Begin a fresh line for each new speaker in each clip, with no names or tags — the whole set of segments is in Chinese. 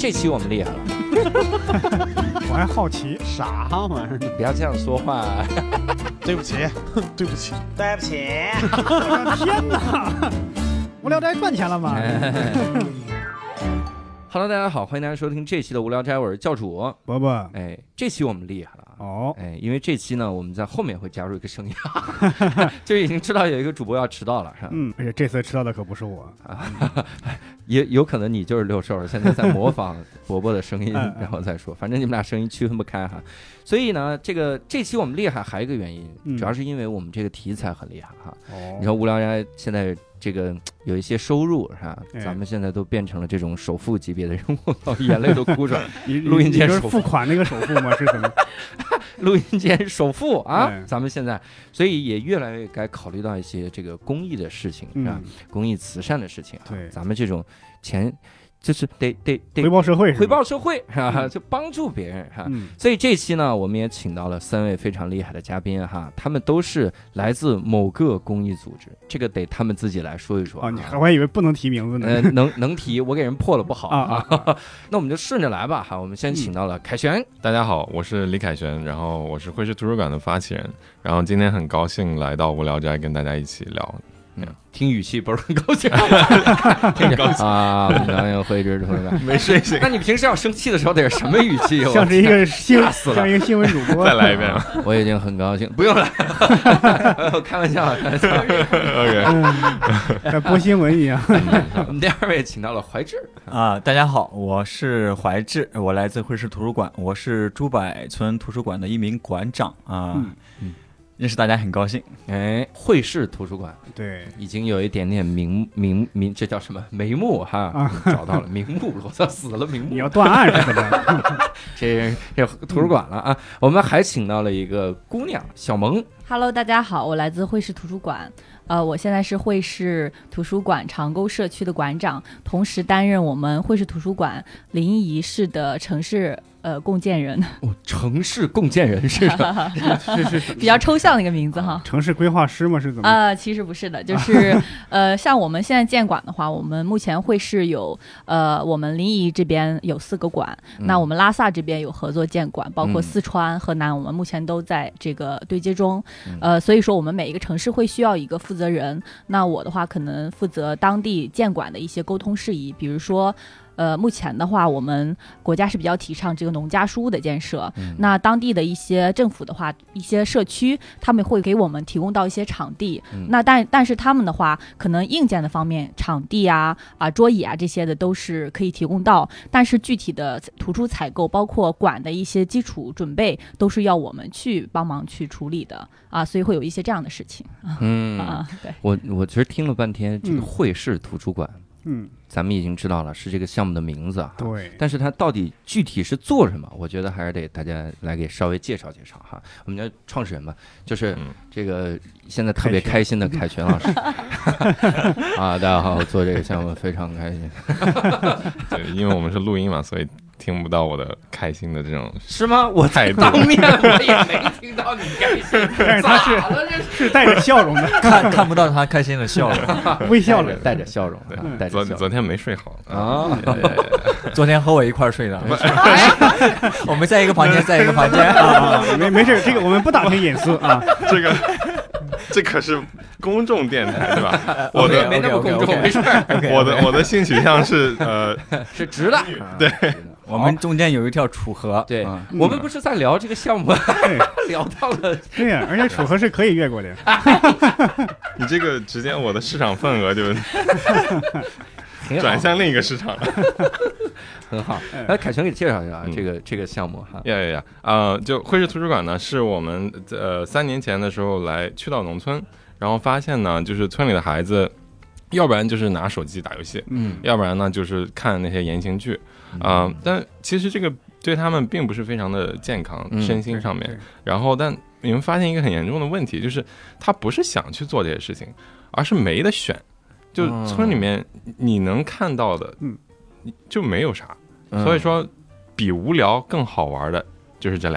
这期我们厉害了。
我还好奇
啥玩意儿？
不要这样说话。
对不起，对不起，
对不起。
天哪！无聊斋赚钱了吗
？Hello， 大家好，欢迎大家收听这期的无聊斋，我是教主
伯伯。
哎，这期我们厉害了
哦。
哎，因为这期呢，我们在后面会加入一个声音，就已经知道有一个主播要迟到了，是吧？
而且这次迟到的可不是我
也有可能你就是六兽，现在在模仿伯伯的声音，然后再说，反正你们俩声音区分不开哈。所以呢，这期我们厉害还有一个原因，主要是因为我们这个题材很厉害哈。你说无聊斋现在这个有一些收入是吧？咱们现在都变成了这种首富级别的人物，眼泪都哭出来。录音间首
付款那个首付吗？是什么？
录音间首付啊！咱们现在，所以也越来越该考虑到一些这个公益的事情，是吧？公益慈善的事情。
对，
咱们这种钱。就是得
回报社会，
回报社会哈，就帮助别人哈。所以这期呢，我们也请到了3位非常厉害的嘉宾哈，他们都是来自某个公益组织，这个得他们自己来说一说。
哦，我还以为不能提名字呢。
能提，我给人破了不好啊。那我们就顺着来吧哈。我们先请到了凯旋。
大家好，我是李凯旋，然后我是绘师图书馆的发起人，然后今天很高兴来到无聊斋跟大家一起聊。
听语气不是很高兴，
挺高兴
啊！表演绘制同志们
没睡醒。
那你平时要生气的时候得是什么语气？
像是一个新闻主播。
再来一遍。
我已经很高兴，不用了。开玩笑，开玩笑。
OK，播新闻一样。
我们第2位请到了怀志
啊，大家好，我是怀志，我来自绘师图书馆，我是朱柏村图书馆的一名馆长啊。认识大家很高兴。
哎，绘师图书馆
对，
已经有一点点名，这叫什么眉目哈？找到了名目，我操，死了名目！
你要断案是吧？
这图书馆了啊！我们还请到了一个姑娘小萌。
Hello， 大家好，我来自绘师图书馆。我现在是绘师图书馆长沟社区的馆长，同时担任我们绘师图书馆临沂市的城市共建人。
城市共建人是
比较抽象的一个名字哈。
城市规划师吗？是怎么？
其实不是的，就是像我们现在建馆的话，我们目前绘室有我们临沂这边有4个馆，那我们拉萨这边有合作建馆，包括四川、河南，我们目前都在这个对接中。所以说我们每一个城市会需要一个负责人，那我的话可能负责当地建馆的一些沟通事宜，比如说目前的话我们国家是比较提倡这个农家书屋的建设，那当地的一些政府的话，一些社区他们会给我们提供到一些场地，那但是他们的话可能硬件的方面，场地桌椅这些的都是可以提供到，但是具体的图书采购包括馆的一些基础准备都是要我们去帮忙去处理的所以会有一些这样的事情。对，
我其实听了半天这个绘室图书馆，咱们已经知道了是这个项目的名字啊，
对，
但是它到底具体是做什么？我觉得还是得大家来给稍微介绍介绍哈。我们的创始人嘛，就是这个现在特别开心的凯旋老师大家好，我做这个项目非常开心。
对，因为我们是录音嘛，所以听不到我的开心的这种
是吗？我在当面我也没听到你开心，
但是他是带着笑容的，
看不到他开心的笑容，
微笑着
带着笑容。
昨天没睡好
昨天和我一块儿睡的，我们在一个房间，
没事，这个我们不打听隐私啊，
这可是公众电台对吧？
我的没那么公众，没事。
我的性取向是
是直的，
对。
我们中间有一条楚河，
对，我们不是在聊这个项目，聊到了，
对呀，而且楚河是可以越过的。
你这个直接我的市场份额就转向另一个市场了，
很好。来，凯旋给介绍一下这个项目哈。
就绘师图书馆呢，是我们3年前的时候去到农村，然后发现呢，就是村里的孩子，要不然就是拿手机打游戏，要不然呢就是看那些言情剧。但其实这个对他们并不是非常的健康，身心上面。然后，但你们发现一个很严重的问题，就是他不是想去做这些事情，而是没得选。就村里面你能看到的，就没有啥。所以说，比无聊更好玩的就是这俩了。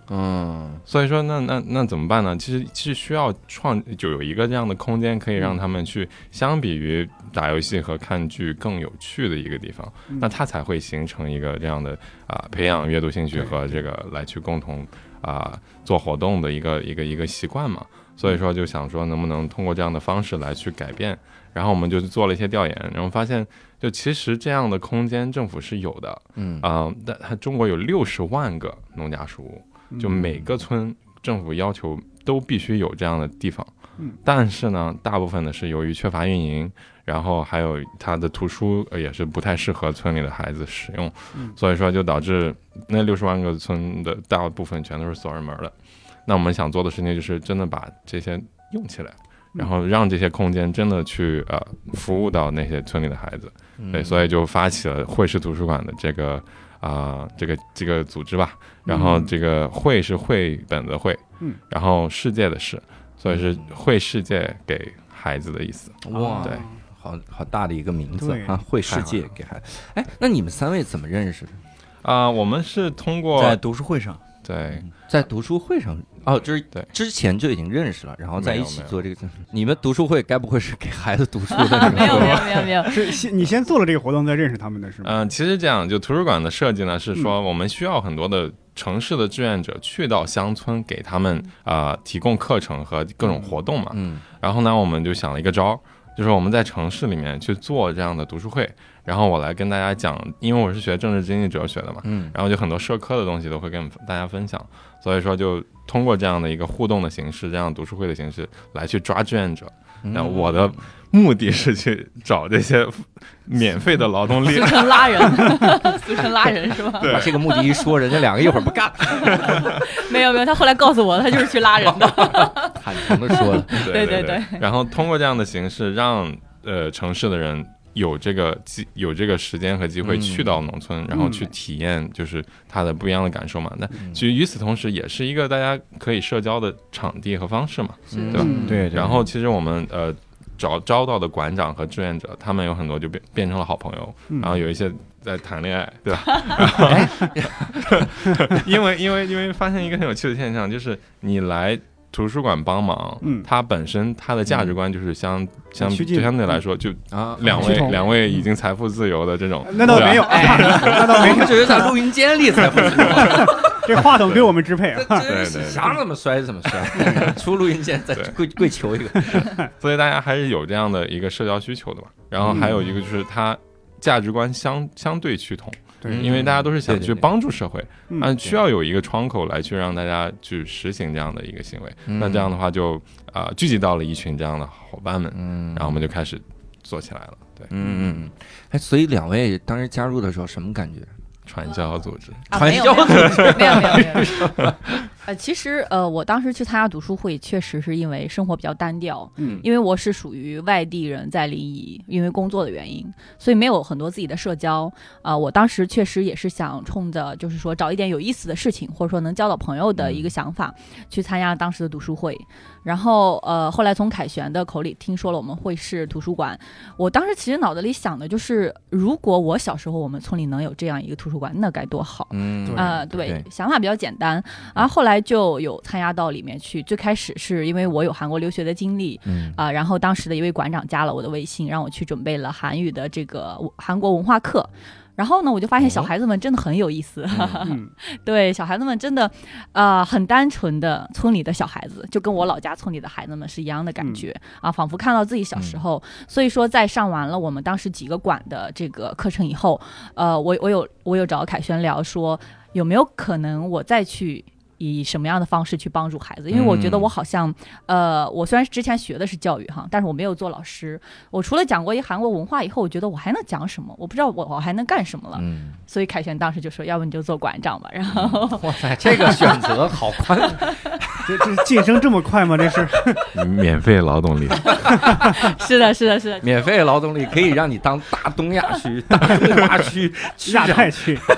所以说那怎么办呢？其实需要就有一个这样的空间，可以让他们去相比于打游戏和看剧更有趣的一个地方，那它才会形成一个这样的培养阅读兴趣和这个来去共同做活动的一个习惯嘛。所以说就想说能不能通过这样的方式来去改变，然后我们就做了一些调研，然后发现就其实这样的空间政府是有的，但中国有60万个农家书屋，就每个村政府要求都必须有这样的地方，但是呢大部分的是由于缺乏运营，然后还有它的图书也是不太适合村里的孩子使用，所以说就导致那60万个村的大部分全都是锁着门的。那我们想做的事情就是真的把这些用起来，然后让这些空间真的去服务到那些村里的孩子，对，所以就发起了会市图书馆的这个组织吧。然后这个会是绘本的绘，然后世界的世，所以是绘世界给孩子的意思。
哇，对，好大的一个名字啊，绘世界给孩子。哎，那你们3位怎么认识的？
我们是通过
在读书会上。
对，
在读书会上就是对之前就已经认识了，然后在一起做这个。你们读书会该不会是给孩子读书的那
种？没有，
是你先做了这个活动再认识他们的是吗？
其实这样，就图书馆的设计呢，是说我们需要很多的城市的志愿者去到乡村给他们提供课程和各种活动嘛。然后呢，我们就想了一个招，就是我们在城市里面去做这样的读书会。然后我来跟大家讲，因为我是学政治经济哲学的嘛，然后就很多社科的东西都会跟大家分享，所以说就通过这样的一个互动的形式，这样读书会的形式来去抓志愿者。那我的目的是去找这些免费的劳动力，
私城拉人是吧？
把这个目的一说，人家2个一会儿不干。
没有，他后来告诉我，他就是去拉人的，
坦诚的说了。
对。
然后通过这样的形式，让城市的人有这个时间和机会去到农村，然后去体验就是它的不一样的感受嘛。那其实与此同时，也是一个大家可以社交的场地和方式嘛，对吧？
对。
然后其实我们招到的馆长和志愿者，他们有很多就变成了好朋友，然后有一些在谈恋爱，对吧？然后因为发现一个很有趣的现象，就是你来图书馆帮忙，它本身它的价值观就是相对来说就两位已经财富自由的这种，
那倒没有，那倒没有，
只是在录音间里财富自由。
这话筒归我们支配，
对，
想怎么摔怎么摔，出录音间再跪求一个。
所以大家还是有这样的一个社交需求的嘛。然后还有一个就是它价值观相对趋同。因为大家都是想去帮助社会，需要有一个窗口来去让大家去实行这样的一个行为。那这样的话就聚集到了一群这样的伙伴们，然后我们就开始做起来了。对，
所以2位当时加入的时候什么感觉？
传销组织，
没有。其实我当时去参加读书会，确实是因为生活比较单调，因为我是属于外地人在临沂，因为工作的原因，所以没有很多自己的社交。我当时确实也是想冲着就是说找一点有意思的事情，或者说能交到朋友的一个想法，去参加当时的读书会。然后后来从凯旋的口里听说了我们会市图书馆，我当时其实脑子里想的就是，如果我小时候我们村里能有这样一个图书馆，那该多好。对，想法比较简单，然后后来就有参加到里面去。最开始是因为我有韩国留学的经历，然后当时的一位馆长加了我的微信，让我去准备了韩语的这个韩国文化课。然后呢，我就发现小孩子们真的很有意思，对，小孩子们真的很单纯的村里的小孩子，就跟我老家村里的孩子们是一样的感觉，仿佛看到自己小时候。所以说在上完了我们当时几个馆的这个课程以后，我有找凯旋聊说有没有可能我再去以什么样的方式去帮助孩子，因为我觉得我好像我虽然之前学的是教育哈，但是我没有做老师，我除了讲过一韩国文化以后，我觉得我还能讲什么，我不知道我还能干什么了。所以凯旋当时就说要不你就做馆长吧。然后
哇塞，这个选择好快。
这晋升这么快吗？这是
免费劳动力。
是的，
免费劳动力可以让你当大东亚区、大中华区、
亚太区。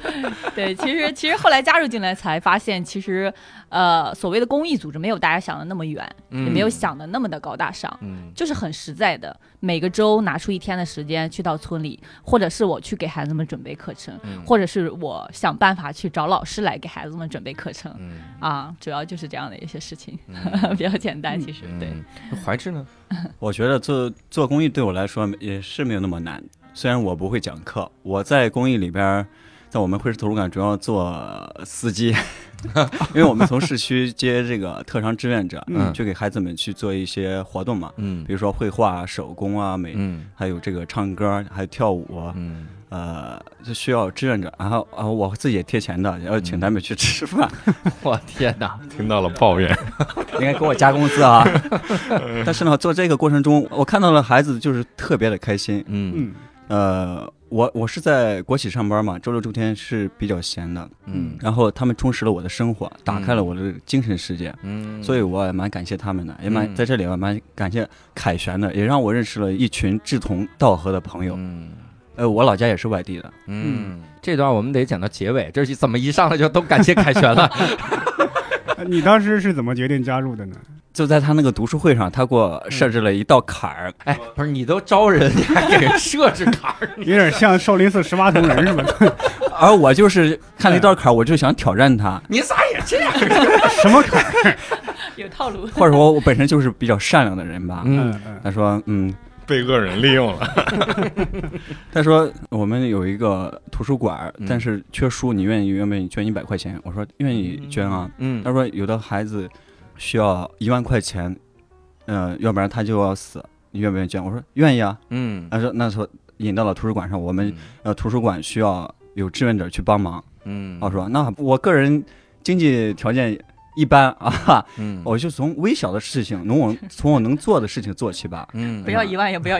对，其实后来加入进来才发现，其实所谓的公益组织没有大家想的那么远，也没有想的那么的高大上，就是很实在的，每个周拿出1天的时间去到村里，或者是我去给孩子们准备课程，或者是我想办法去找老师来给孩子们准备课程，主要就是这样的一些事情，比较简单，其实对。
怀志呢？
我觉得做公益对我来说也是没有那么难，虽然我不会讲课，我在公益里边，在我们会师图书馆主要做司机，因为我们从市区接这个特长志愿者，去给孩子们去做一些活动嘛，比如说绘画、手工啊、还有这个唱歌，还有跳舞，就需要志愿者，然后我自己也贴钱的，要请他们去吃饭。
我天哪，
听到了抱怨，
应该给我加工资啊！但是呢，做这个过程中，我看到了孩子就是特别的开心。我是在国企上班嘛，周六周天是比较闲的，然后他们充实了我的生活，打开了我的精神世界，所以我也蛮感谢他们的，也在这里我蛮感谢凯旋的，也让我认识了一群志同道合的朋友。我老家也是外地的。
这段我们得讲到结尾，这是怎么一上来就都感谢凯旋了？
你当时是怎么决定加入的呢？
就在他那个读书会上，他给我设置了一道坎儿。
不是你都招人，你还给人设置坎儿，
有点像少林寺18铜人是吧？
而我就是看了一道坎儿，我就想挑战他。
你咋也这样？
什么坎儿？
有套路。
或者说我本身就是比较善良的人吧。他说
被恶人利用了。
他说我们有一个图书馆，但是缺书，你愿不愿意捐100块钱？我说愿意捐啊。他说有的孩子需要1万块钱，要不然他就要死，你愿不愿意捐？我说愿意啊。他说那时候引到了图书馆上，我们图书馆需要有志愿者去帮忙。我说那我个人经济条件一般啊，我就从微小的事情，从我能做的事情做起吧。
不要1万，也不要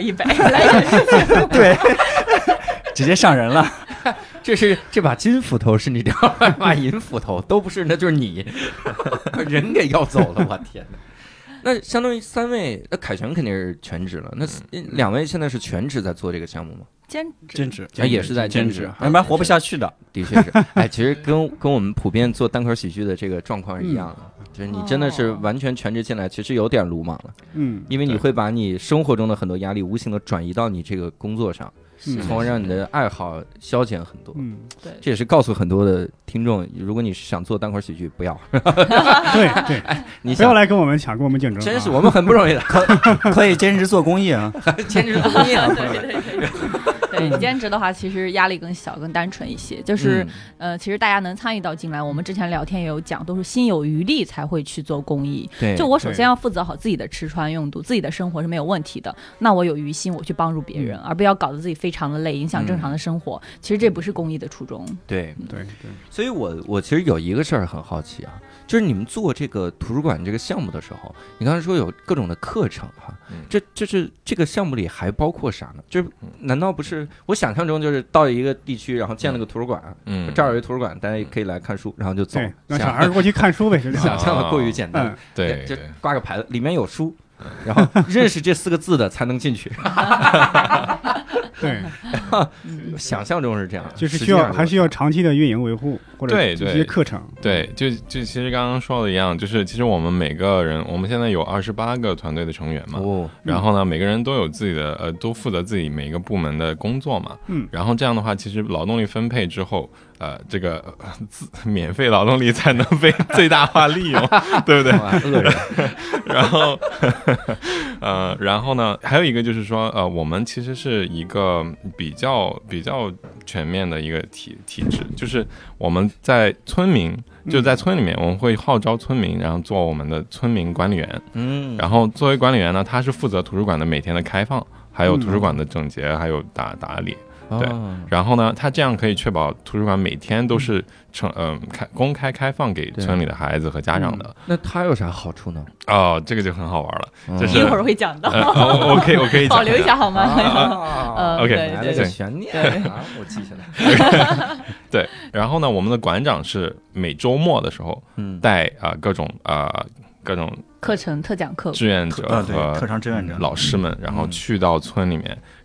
100，
对，直接上人了。
这把金斧头是你2把银斧头，都不是，那就是你人给要走了，我天哪！那相当于3位，那凯旋肯定是全职了，那2位现在是全职在做这个项目吗？
兼职，
也是在兼职，
要不然活不下去的。
的确是，其实跟我们普遍做单口喜剧的这个状况是一样的，就是你真的是完全全职进来，其实有点鲁莽了，因为你会把你生活中的很多压力无形的转移到你这个工作上，从而让你的爱好消减很多。
对，
这也是告诉很多的听众，如果你是想做单口喜剧，不要。
对，你不要来跟我们抢，跟我们竞争。
真是我们很不容易的，
可以兼职做公益啊，
兼职做公益啊。
对，兼职的话，其实压力更小、更单纯一些。就是其实大家能参与到进来，我们之前聊天也有讲，都是心有余力才会去做公益。
对，
就我首先要负责好自己的吃穿用度，自己的生活是没有问题的。那我有余心，我去帮助别人，而不要搞得自己非常的累，影响正常的生活。其实这不是公益的初衷。
对。所以我其实有一个事儿很好奇啊，就是你们做这个图书馆这个项目的时候，你刚才说有各种的课程哈，就是这个项目里还包括啥呢？就是难道不是我想象中就是到一个地区，然后建了个图书馆，这儿有一个图书馆，大家可以来看书，然后就走，
让小孩过去看书呗，
想象的过于简单。
对，
就挂个牌子，里面有书，然后认识这4个字的才能进去。
对，
想象中是这样，
就是还需要长期的运营维护或者这些课程。
对，就其实刚刚说的一样，就是其实我们每个人，我们现在有28个团队的成员嘛，然后呢，每个人都有自己的都负责自己每一个部门的工作嘛，然后这样的话，其实劳动力分配之后，这个免费劳动力才能被最大化利用，对不对？
恶人。
然后呢，还有一个就是说，我们其实是一个比较全面的一个体制，就是我们在村民就在村里面，我们会号召村民，然后做我们的村民管理员。然后作为管理员呢，他是负责图书馆的每天的开放，还有图书馆的整洁，还有打理。对，然后呢，他这样可以确保图书馆每天都是公开开放给村里的孩子和家长的。
那他有啥好处呢？
这个就很好玩了，就是
一会儿会讲到。
我可以
保留一下好吗
？OK，
来个悬念啊，我记下来。
对，然后呢，我们的馆长是每周末的时候带各种
课程特讲课
志愿者和
特长志愿者
老师们，然后去到村里面，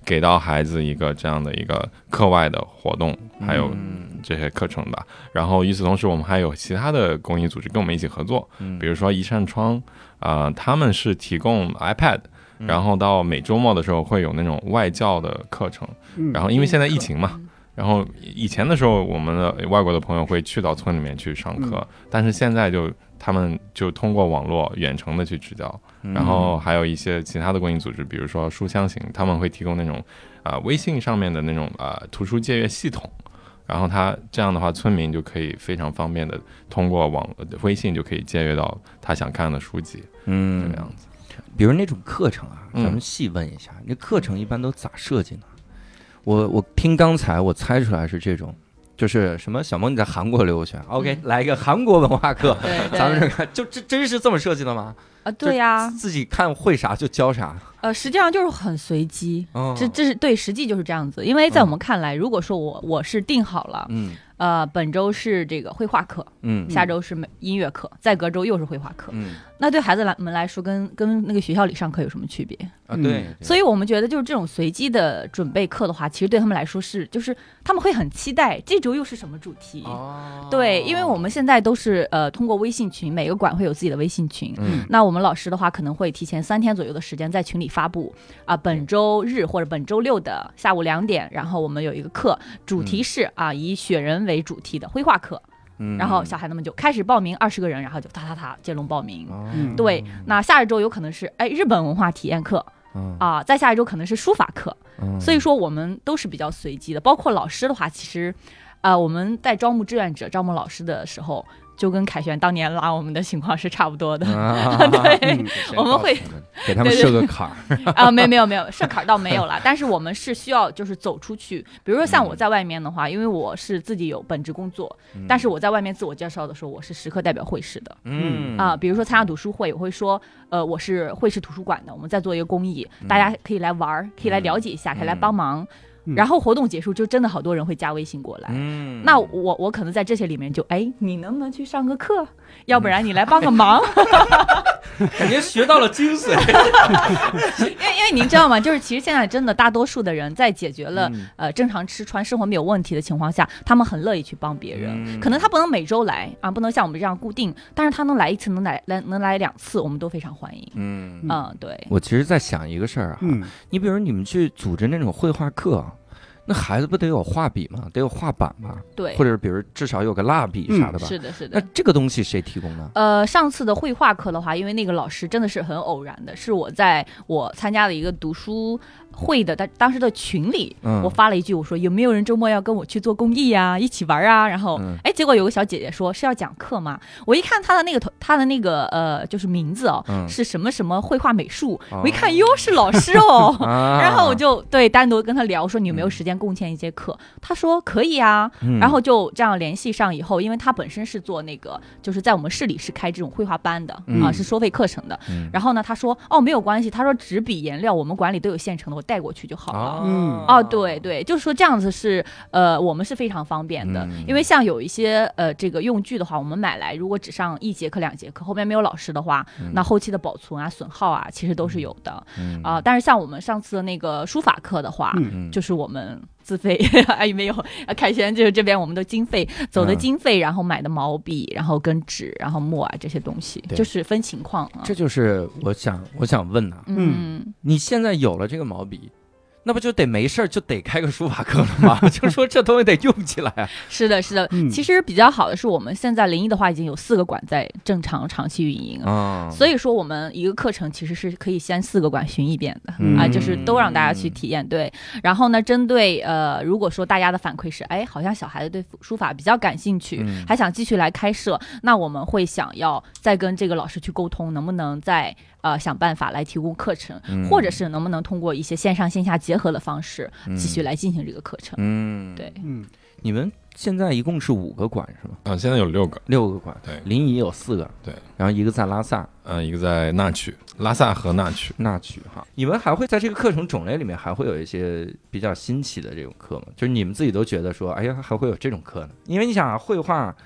给到孩子一个这样的一个课外的活动，还有这些课程吧。然后与此同时，我们还有其他的公益组织跟我们一起合作，比如说一扇窗，他们是提供 iPad，然后到每周末的时候会有那种外教的课程，然后因为现在疫情嘛。然后以前的时候，我们的外国的朋友会去到村里面去上课，但是现在他们就通过网络远程的去支教。然后还有一些其他的公益组织，比如说书香行，他们会提供那种微信上面的那种图书借阅系统。然后他这样的话，村民就可以非常方便的通过微信就可以借阅到他想看的书籍。这个样子。
比如那种课程啊，咱们细问一下，那课程一般都咋设计呢？我听刚才我猜出来是这种，就是什么小萌你在韩国留学 ，OK， 来一个韩国文化课，咱们这看就真是这么设计的吗？
对呀，
自己看会啥就教啥。
实际上就是很随机，这是对，实际就是这样子。因为在我们看来，如果说我是定好了，本周是这个绘画课，下周是音乐课，再隔周又是绘画课，那对孩子们来说跟那个学校里上课有什么区别
啊？对，
所以我们觉得就是这种随机的准备课的话，其实对他们来说就是他们会很期待这周又是什么主题。对，因为我们现在都是通过微信群，每个馆会有自己的微信群，那我们老师的话可能会提前3天左右的时间在群里发布本周日或者本周六的下午2点，然后我们有一个课，主题是以雪人为主题的绘画课。然后小孩子们就开始报名，20个人，然后就接龙报名。对，那下一周有可能是日本文化体验课，再下一周可能是书法课。所以说我们都是比较随机的，包括老师的话，其实我们在招募志愿者、招募老师的时候，就跟凯旋当年拉我们的情况是差不多的。对，我们会
给他们设个坎儿。
没有设坎儿倒没有了，但是我们是需要就是走出去。比如说像我在外面的话，因为我是自己有本职工作，但是我在外面自我介绍的时候，我是时刻代表会师的。比如说参加读书会，我会说我是会师图书馆的，我们在做一个公益，大家可以来玩，可以来了解一下，可以来帮忙。然后活动结束就真的好多人会加微信过来，那我可能在这些里面就你能不能去上个课，要不然你来帮个忙。
感觉学到了精髓。
因为您知道吗，就是其实现在真的大多数的人在解决了正常吃穿生活没有问题的情况下，他们很乐意去帮别人。可能他不能每周来不能像我们这样固定，但是他能来1次，能来2次，我们都非常欢迎。对。我
其实在想一个事儿你比如你们去组织那种绘画课，那孩子不得有画笔吗？得有画板吧？
对，
或者比如至少有个蜡笔啥的吧？
是的。
那这个东西谁提供呢？
上次的绘画课的话，因为那个老师真的是很偶然的，是我参加了一个读书会的当时的群里，我发了一句，我说有没有人周末要跟我去做公益呀，一起玩啊？然后结果有个小姐姐说是要讲课吗？我一看她的那个就是名字是什么什么绘画美术，我一看哟是老师然后我就单独跟她聊说你有没有时间贡献一节课？她说可以啊，然后就这样联系上以后，因为她本身是做那个就是在我们市里是开这种绘画班的是收费课程的，然后呢她说没有关系，她说纸笔颜料我们馆里都有现成的，我带过去就好了。对，就是说这样子是我们是非常方便的，因为像有一些这个用具的话，我们买来如果只上1节课2节课，后面没有老师的话，那后期的保存损耗其实都是有的但是像我们上次的那个书法课的话，就是我们自费没有凯旋就是这边我们的经费走的经费，然后买的毛笔，然后跟纸，然后墨这些东西，就是分情况
这就是我想问你现在有了这个毛笔，那不就得没事就得开个书法课了吗？就说这东西得用起来啊。
是的。其实比较好的是，我们现在临沂的话已经有4个馆在正常长期运营所以说我们一个课程其实是可以先4个馆巡一遍的就是都让大家去体验。对，然后呢，针对如果说大家的反馈是好像小孩子对书法比较感兴趣，还想继续来开设，那我们会想要再跟这个老师去沟通，能不能再想办法来提供课程，或者是能不能通过一些线上线下结合的方式继续来进行这个课程。对。
你们现在一共是5个馆是吗？
现在有6
个馆。
对，
临沂有4个。
对，
然后一个在拉萨，
一个在那曲，拉萨和那曲
哈。你们还会在这个课程种类里面还会有一些比较新奇的这种课吗？就是你们自己都觉得说，哎呀，还会有这种课呢？因为你想绘画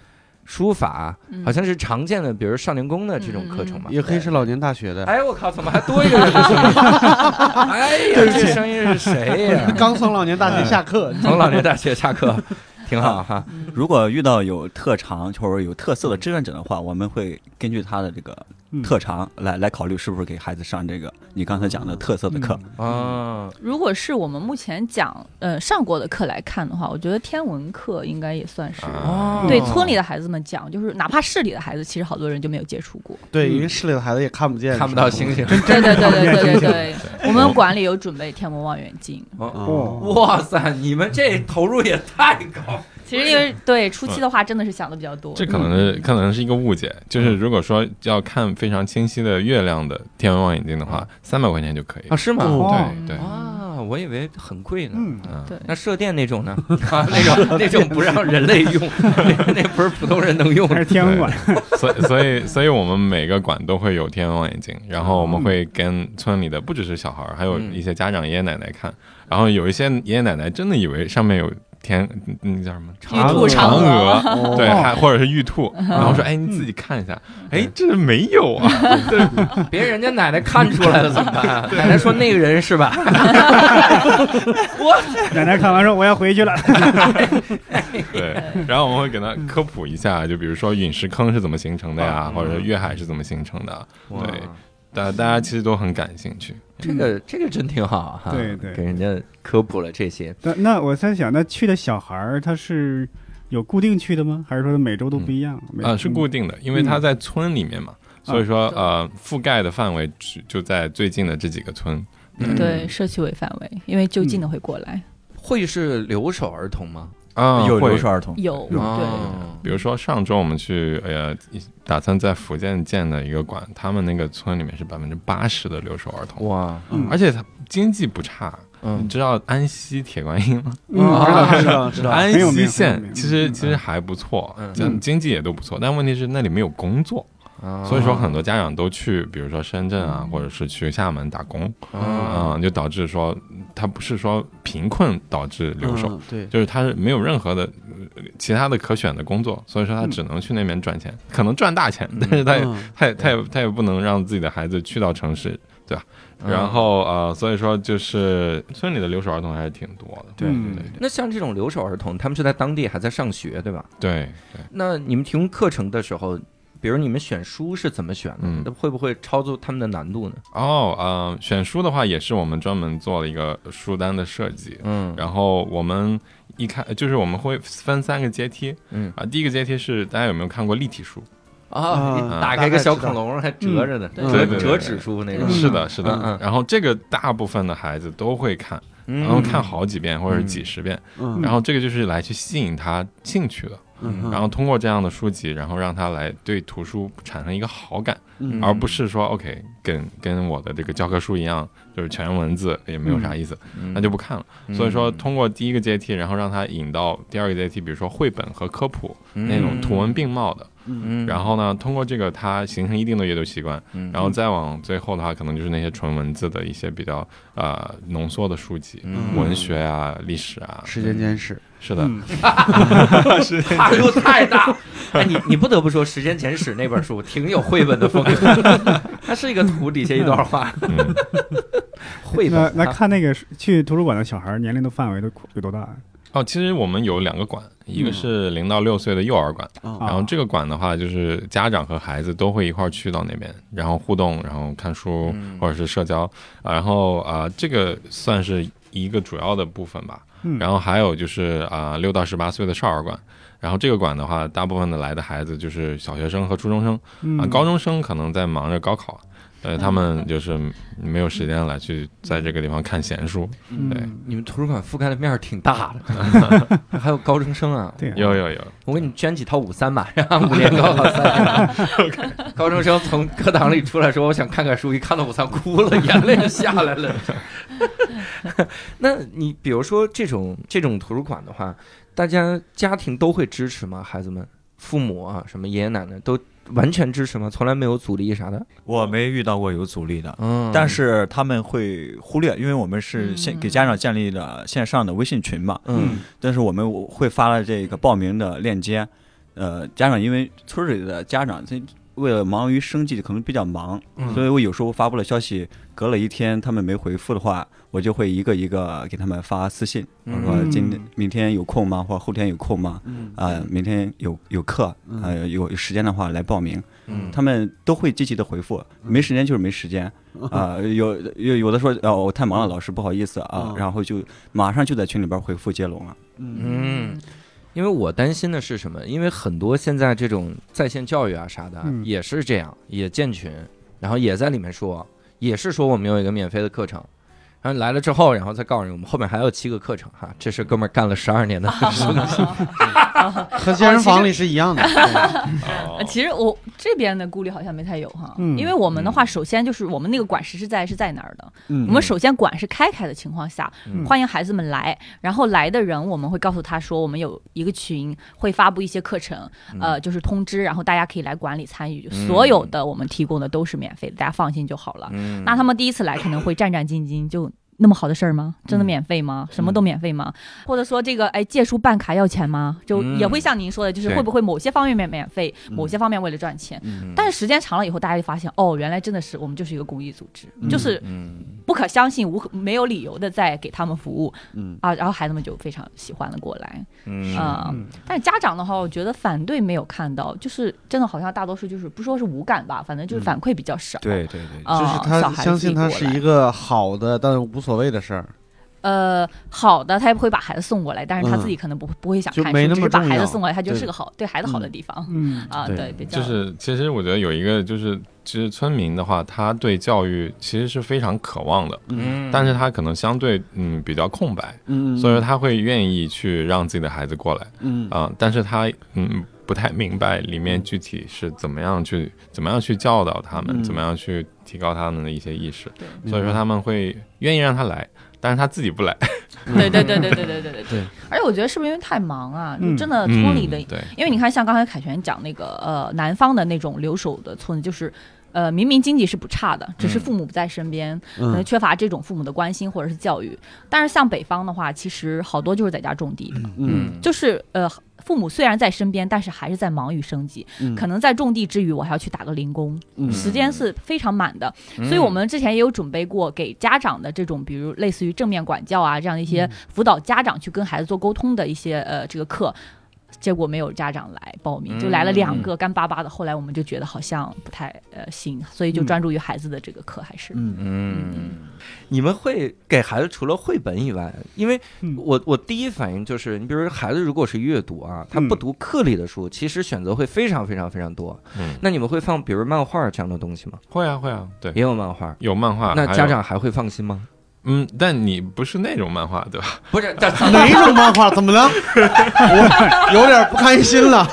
书法，好像是常见的，比如少年宫的这种课程嘛。
也可以是老年大学的。
哎，我靠，怎么还多一个人的声音？哎呀，这声音是谁呀？
刚从老年大学下课，
从老年大学下课。挺好哈。
如果遇到有特长或者有特色的志愿者的话，我们会根据他的这个特长来考虑是不是给孩子上这个你刚才讲的特色的课。
如果是我们目前上过的课来看的话，我觉得天文课应该也算是对村里的孩子们讲，就是哪怕市里的孩子，其实好多人就没有接触过。
对，因为市里的孩子也看不见，
看不到星星。
对，我们馆里有准备天文望远镜。
哇塞，你们这投入也太高。
其实因为对初期的话，真的是想的比较多。
这可能是一个误解，就是如果说要看非常清晰的月亮的天文望远镜的话，300块钱就可以
啊？是吗？
对
啊，我以为很贵呢。
对。
那射电那种呢？那种不让人类用，那不是普通人能用，
还是天文馆。
所以我们每个馆都会有天文望远镜，然后我们会跟村里的不只是小孩，还有一些家长爷爷奶奶看，然后有一些爷爷奶奶真的以为上面有那叫什么
嫦
娥，对，或者是玉兔，然后说，哎，你自己看一下，哎，这没有啊，对，
别人家奶奶看出来了怎么办啊？奶奶说那个人是吧？
奶奶看完说我要回去了。
对，然后我们会给他科普一下，就比如说陨石坑是怎么形成的呀，或者是月海是怎么形成的，对。大家其实都很感兴趣，
这个真挺好哈。
对，
给人家科普了这些。
那我在想，那去的小孩他是有固定去的吗？还是说每周都不一样？
是固定的，因为他在村里面嘛，所以说覆盖的范围就在最近的这几个村。
对，社区为范围，因为就近的会过来。
会是留守儿童吗？
有留守儿童，
有
对，比如说上周我们去打算在福建建的一个馆，他们那个村里面是80%的留守儿童，哇，而且他经济不差。你知道安溪铁观音吗？
知道。
安溪县其实还不错，经济也都不错，但问题是那里没有工作。所以说很多家长都去比如说深圳啊，或者是去厦门打工，就导致说他不是说贫困导致留守，
对，
就是他是没有任何的其他的可选的工作，所以说他只能去那边赚钱，可能赚大钱，但是他也不能让自己的孩子去到城市，对吧？然后所以说就是村里的留守儿童还是挺多的。
对。那像这种留守儿童，他们是在当地还在上学，对吧？
对。
那你们提供课程的时候，比如你们选书是怎么选的？那会不会超出他们的难度呢？
选书的话也是我们专门做了一个书单的设计。然后我们就是我们会分3个阶梯。第一个阶梯是大家有没有看过立体书？
打开一个小恐龙还折着的，折纸书那种。
是的。然后这个大部分的孩子都会看，然后看好几遍或者是几十遍。然后这个就是来去吸引他兴趣的。然后通过这样的书籍，然后让他来对图书产生一个好感，而不是说 OK 跟我的这个教科书一样，就是全文字也没有啥意思，那就不看了。所以说通过第一个阶梯，然后让他引到第二个阶梯，比如说绘本和科普那种图文并茂的。然后呢，通过这个他形成一定的阅读习惯，然后再往最后的话，可能就是那些纯文字的一些比较浓缩的书籍，文学啊、历史啊。
时间简史
是的，
跨度太大。哎，你不得不说，《时间简史》那本书挺有绘本的风格，它是一个图底下一段话。绘本。
那看那个去图书馆的小孩年龄的范围都有多大？
其实我们有2个馆，一个是0到6岁的幼儿馆，然后这个馆的话，就是家长和孩子都会一块去到那边，然后互动，然后看书或者是社交，然后这个算是一个主要的部分吧。然后还有就是6到18岁的少儿馆，然后这个馆的话，大部分的来的孩子就是小学生和初中生，高中生可能在忙着高考。他们就是没有时间来去在这个地方看闲书。对，
你们图书馆覆盖的面挺大的，还有高中生啊？
对，
有。
我给你捐几套53吧，然后5年高考3。高中生从课堂里出来说：“我想看看书。”一看到53哭了，眼泪就下来了。那你比如说这种图书馆的话，大家家庭都会支持吗？孩子们、父母啊，什么爷爷奶奶都完全支持吗？从来没有阻力啥的？
我没遇到过有阻力的，但是他们会忽略，因为我们是先给家长建立了线上的微信群嘛，但是我们会发了这个报名的链接， 家长因为村里的家长为了忙于生计可能比较忙，所以我有时候发布了消息，隔了一天他们没回复的话，我就会一个一个给他们发私信，我说明天有空吗？或者后天有空吗？明天有课，有时间的话来报名。他们都会积极的回复，没时间就是没时间有的说我太忙了，老师不好意思啊，然后就马上就在群里边回复接龙了。
因为我担心的是什么？因为很多现在这种在线教育啊啥的，也是这样，也建群，然后也在里面说，也是说我们有一个免费的课程，然后来了之后，然后再告诉你我们后面还有7个课程哈，这是哥们儿干了12年的事情，
和健身房里是一样的。
其实我这边的顾虑好像没太有哈，因为我们的话，首先就是我们那个馆是在哪儿的，我们首先馆是开的情况下，欢迎孩子们来，然后来的人我们会告诉他说，我们有一个群会发布一些课程，就是通知，然后大家可以来馆里参与，所有的我们提供的都是免费的，大家放心就好了。那他们第一次来可能会战战兢兢，就那么好的事儿吗？真的免费吗？什么都免费吗？或者说这个借书办卡要钱吗？就也会像您说的，就是会不会某些方面免费，某些方面为了赚钱？但是时间长了以后，大家就发现原来真的是我们就是一个公益组织，就是不可相信、没有理由的在给他们服务然后孩子们就非常喜欢了过来但是家长的话，我觉得反对没有看到，就是真的好像大多数就是不说是无感吧，反正就是反馈比较少。
对，
就是他相信他是一个好的，但无所谓的事儿。
好的，他也不会把孩子送过来，但是他自己可能不会想看书，只是把孩子送过来，他就是个对孩子好的地方。对，比较
就是其实我觉得有一个就是其实村民的话，他对教育其实是非常渴望的，但是他可能相对比较空白，所以说他会愿意去让自己的孩子过来，但是他不太明白里面具体是怎么样去教导他们，怎么样去提高他们的一些意识，所以说他们会愿意让他来，但是他自己不来。
对。而且我觉得是不是因为太忙啊？就真的村里的，因为你看，像刚才凯旋讲那个南方的那种留守的村，就是明明经济是不差的，只是父母不在身边，可能缺乏这种父母的关心或者是教育。但是像北方的话，其实好多就是在家种地的，就是父母虽然在身边，但是还是在忙于生计，可能在种地之余，我还要去打个零工，时间是非常满的。所以我们之前也有准备过给家长的这种，比如类似于正面管教啊这样的一些辅导家长去跟孩子做沟通的一些这个课。结果没有家长来报名，就来了2个干巴巴的。后来我们就觉得好像不太行，所以就专注于孩子的这个课，还是
你们会给孩子除了绘本以外，因为我第一反应就是，你比如说孩子如果是阅读啊，他不读课里的书，其实选择会非常非常非常多。那你们会放比如漫画这样的东西吗？
会啊，对，
也有漫画，
有漫画。
那家长还会放心吗？
但你不是那种漫画对吧？
不是
哪种漫画？怎么了？我有点不开心了。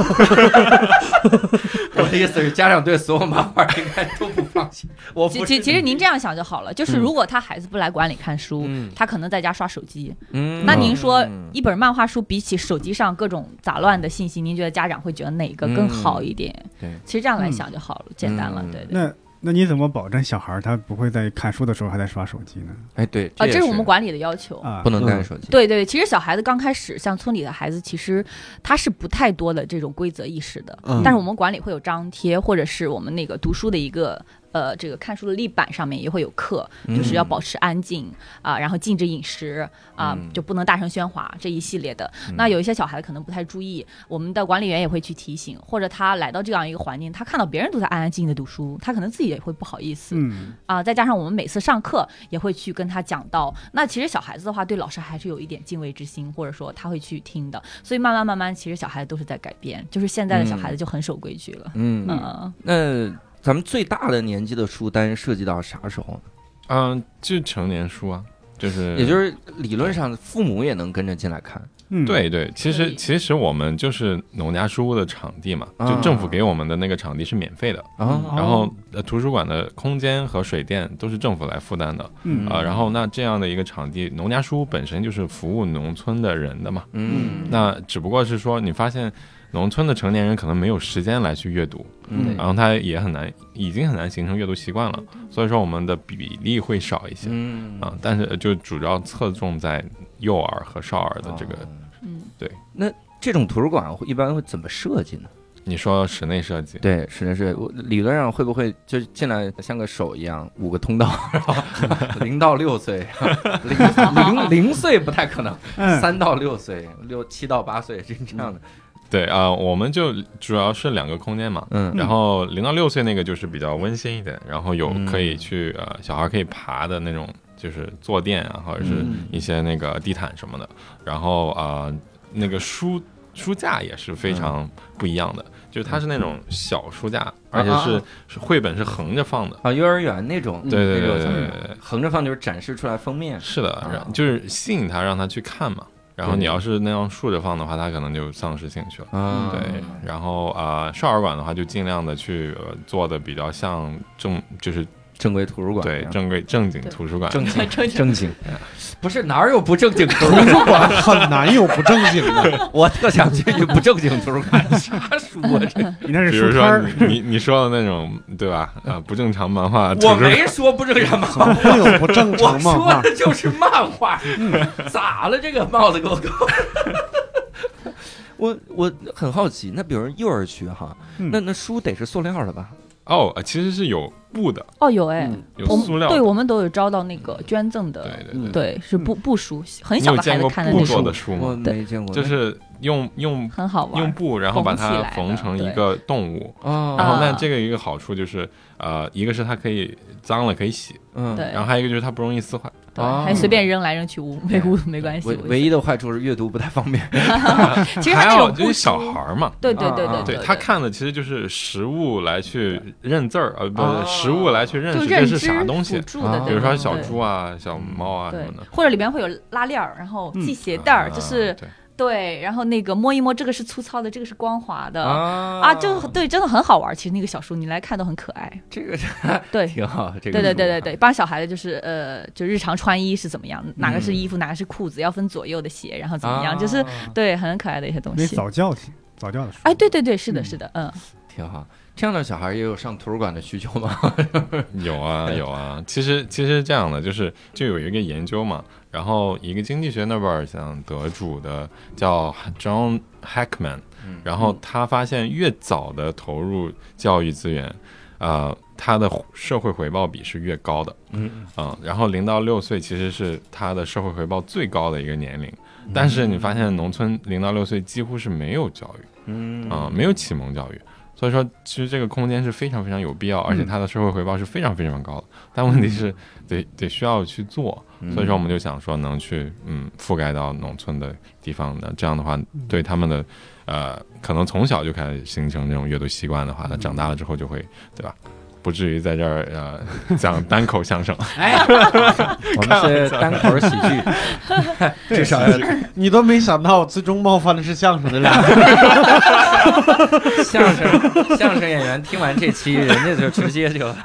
我的意思是，家长对所有漫画应该都不放心。
其实您这样想就好了，就是如果他孩子不来馆里看书，他可能在家刷手机。那您说一本漫画书比起手机上各种杂乱的信息，您觉得家长会觉得哪个更好一点？其实这样来想就好了，简单了。对。
那你怎么保证小孩他不会在看书的时候还在刷手机呢？
对，
这是我们管理的要求，
不能带手机。
对，其实小孩子刚开始，像村里的孩子，其实他是不太多的这种规则意识的，但是我们馆里会有张贴，或者是我们那个读书的一个。这个看书的立板上面也会有课，就是要保持安静然后禁止饮食就不能大声喧哗这一系列的。那有一些小孩子可能不太注意，我们的管理员也会去提醒，或者他来到这样一个环境，他看到别人都在安安静静的读书，他可能自己也会不好意思再加上我们每次上课也会去跟他讲到，那其实小孩子的话对老师还是有一点敬畏之心，或者说他会去听的，所以慢慢其实小孩子都是在改变，就是现在的小孩子就很守规矩了。
那咱们最大的年纪的书单涉及到啥时候
呢？就成年书啊，
也就是理论上父母也能跟着进来看。
对，其实我们就是农家书屋的场地嘛，就政府给我们的那个场地是免费的，然后图书馆的空间和水电都是政府来负担的，然后那这样的一个场地，农家书屋本身就是服务农村的人的嘛，那只不过是说你发现。农村的成年人可能没有时间来去阅读，然后他也已经很难形成阅读习惯了，所以说我们的比例会少一些，但是就主要侧重在幼儿和少儿的这个，对。
那这种图书馆一般会怎么设计呢？
你说室内设计？
对，室内设计，我理论上会不会就进来像个手一样5个通道，0到6岁，0岁不太可能，3到6岁，7到8岁是这样的。
对啊，我们就主要是2个空间嘛，然后0到6岁那个就是比较温馨一点，然后有可以去小孩可以爬的那种，就是坐垫啊，或者是一些那个地毯什么的，然后那个书架也是非常不一样的，就是它是那种小书架，而且是绘本是横着放的
幼儿园那种，
对，
横着放就是展示出来封面，
是的，就是吸引他让他去看嘛。然后你要是那样竖着放的话，他可能就丧失兴趣了。对，然后少儿馆的话，就尽量的去做的比较像就是
正规图书馆，
对，正经图书馆，
正经，不是哪有不正经图
书馆很难有不正经的。
我特想去不正经图书馆，啥书啊这？
你那是
比如说你说的那种对吧？不正常漫画，
我没说不正常漫画，
会有不正常漫画，
我说的就是漫画。咋了？这个帽子给我搞。我很好奇，那比如幼儿区哈，那书得是塑料的吧？
其实是有布的
有
有塑料的，
对，我们都有招到那个捐赠的，对，是布书，很小的孩子看的那
布做的书吗？
我没见过，
就是用
很好玩，
用布然后把它缝成一个动物，然后那这个一个好处就是一个是它可以脏了可以洗，
对，
然后还有一个就是它不容易撕坏。
还随便扔来扔去没关系。
唯一的坏处是阅读不太方便。
其实还有
就是小孩嘛，
对，
他看的其实就是实物来去认字儿，不是实物来去认识这是啥东西。比如说小猪啊、小猫啊什么的，
或者里边会有拉链儿，然后系鞋带儿，就是。对，然后那个摸一摸，这个是粗糙的，这个是光滑的就对，真的很好玩。其实那个小书你来看都很可爱，
这个
对
挺好。这个
对，帮小孩的就是就日常穿衣是怎么样，哪个是衣服，哪个是裤子，要分左右的鞋，然后怎么样，就是对很可爱的一些东西。
早教的书，
哎，对，是的，
挺好。这样的小孩也有上图书馆的需求吗？
有啊。其实这样的就有一个研究嘛，然后一个经济学诺贝尔奖得主的叫 John Heckman，然后他发现越早的投入教育资源，他的社会回报比是越高的。然后0到6岁其实是他的社会回报最高的一个年龄，但是你发现农村0到6岁几乎是没有教育，没有启蒙教育。所以说其实这个空间是非常非常有必要，而且它的社会回报是非常非常高的，但问题是得需要去做，所以说我们就想说能去覆盖到农村的地方的，这样的话对他们的可能从小就开始形成这种阅读习惯的话，他长大了之后就会对吧，不至于在这儿讲单口相声。
我们是单口喜剧，
至少你都没想到最终冒犯的是相声的两个。
相声演员听完这期，人家就直接就。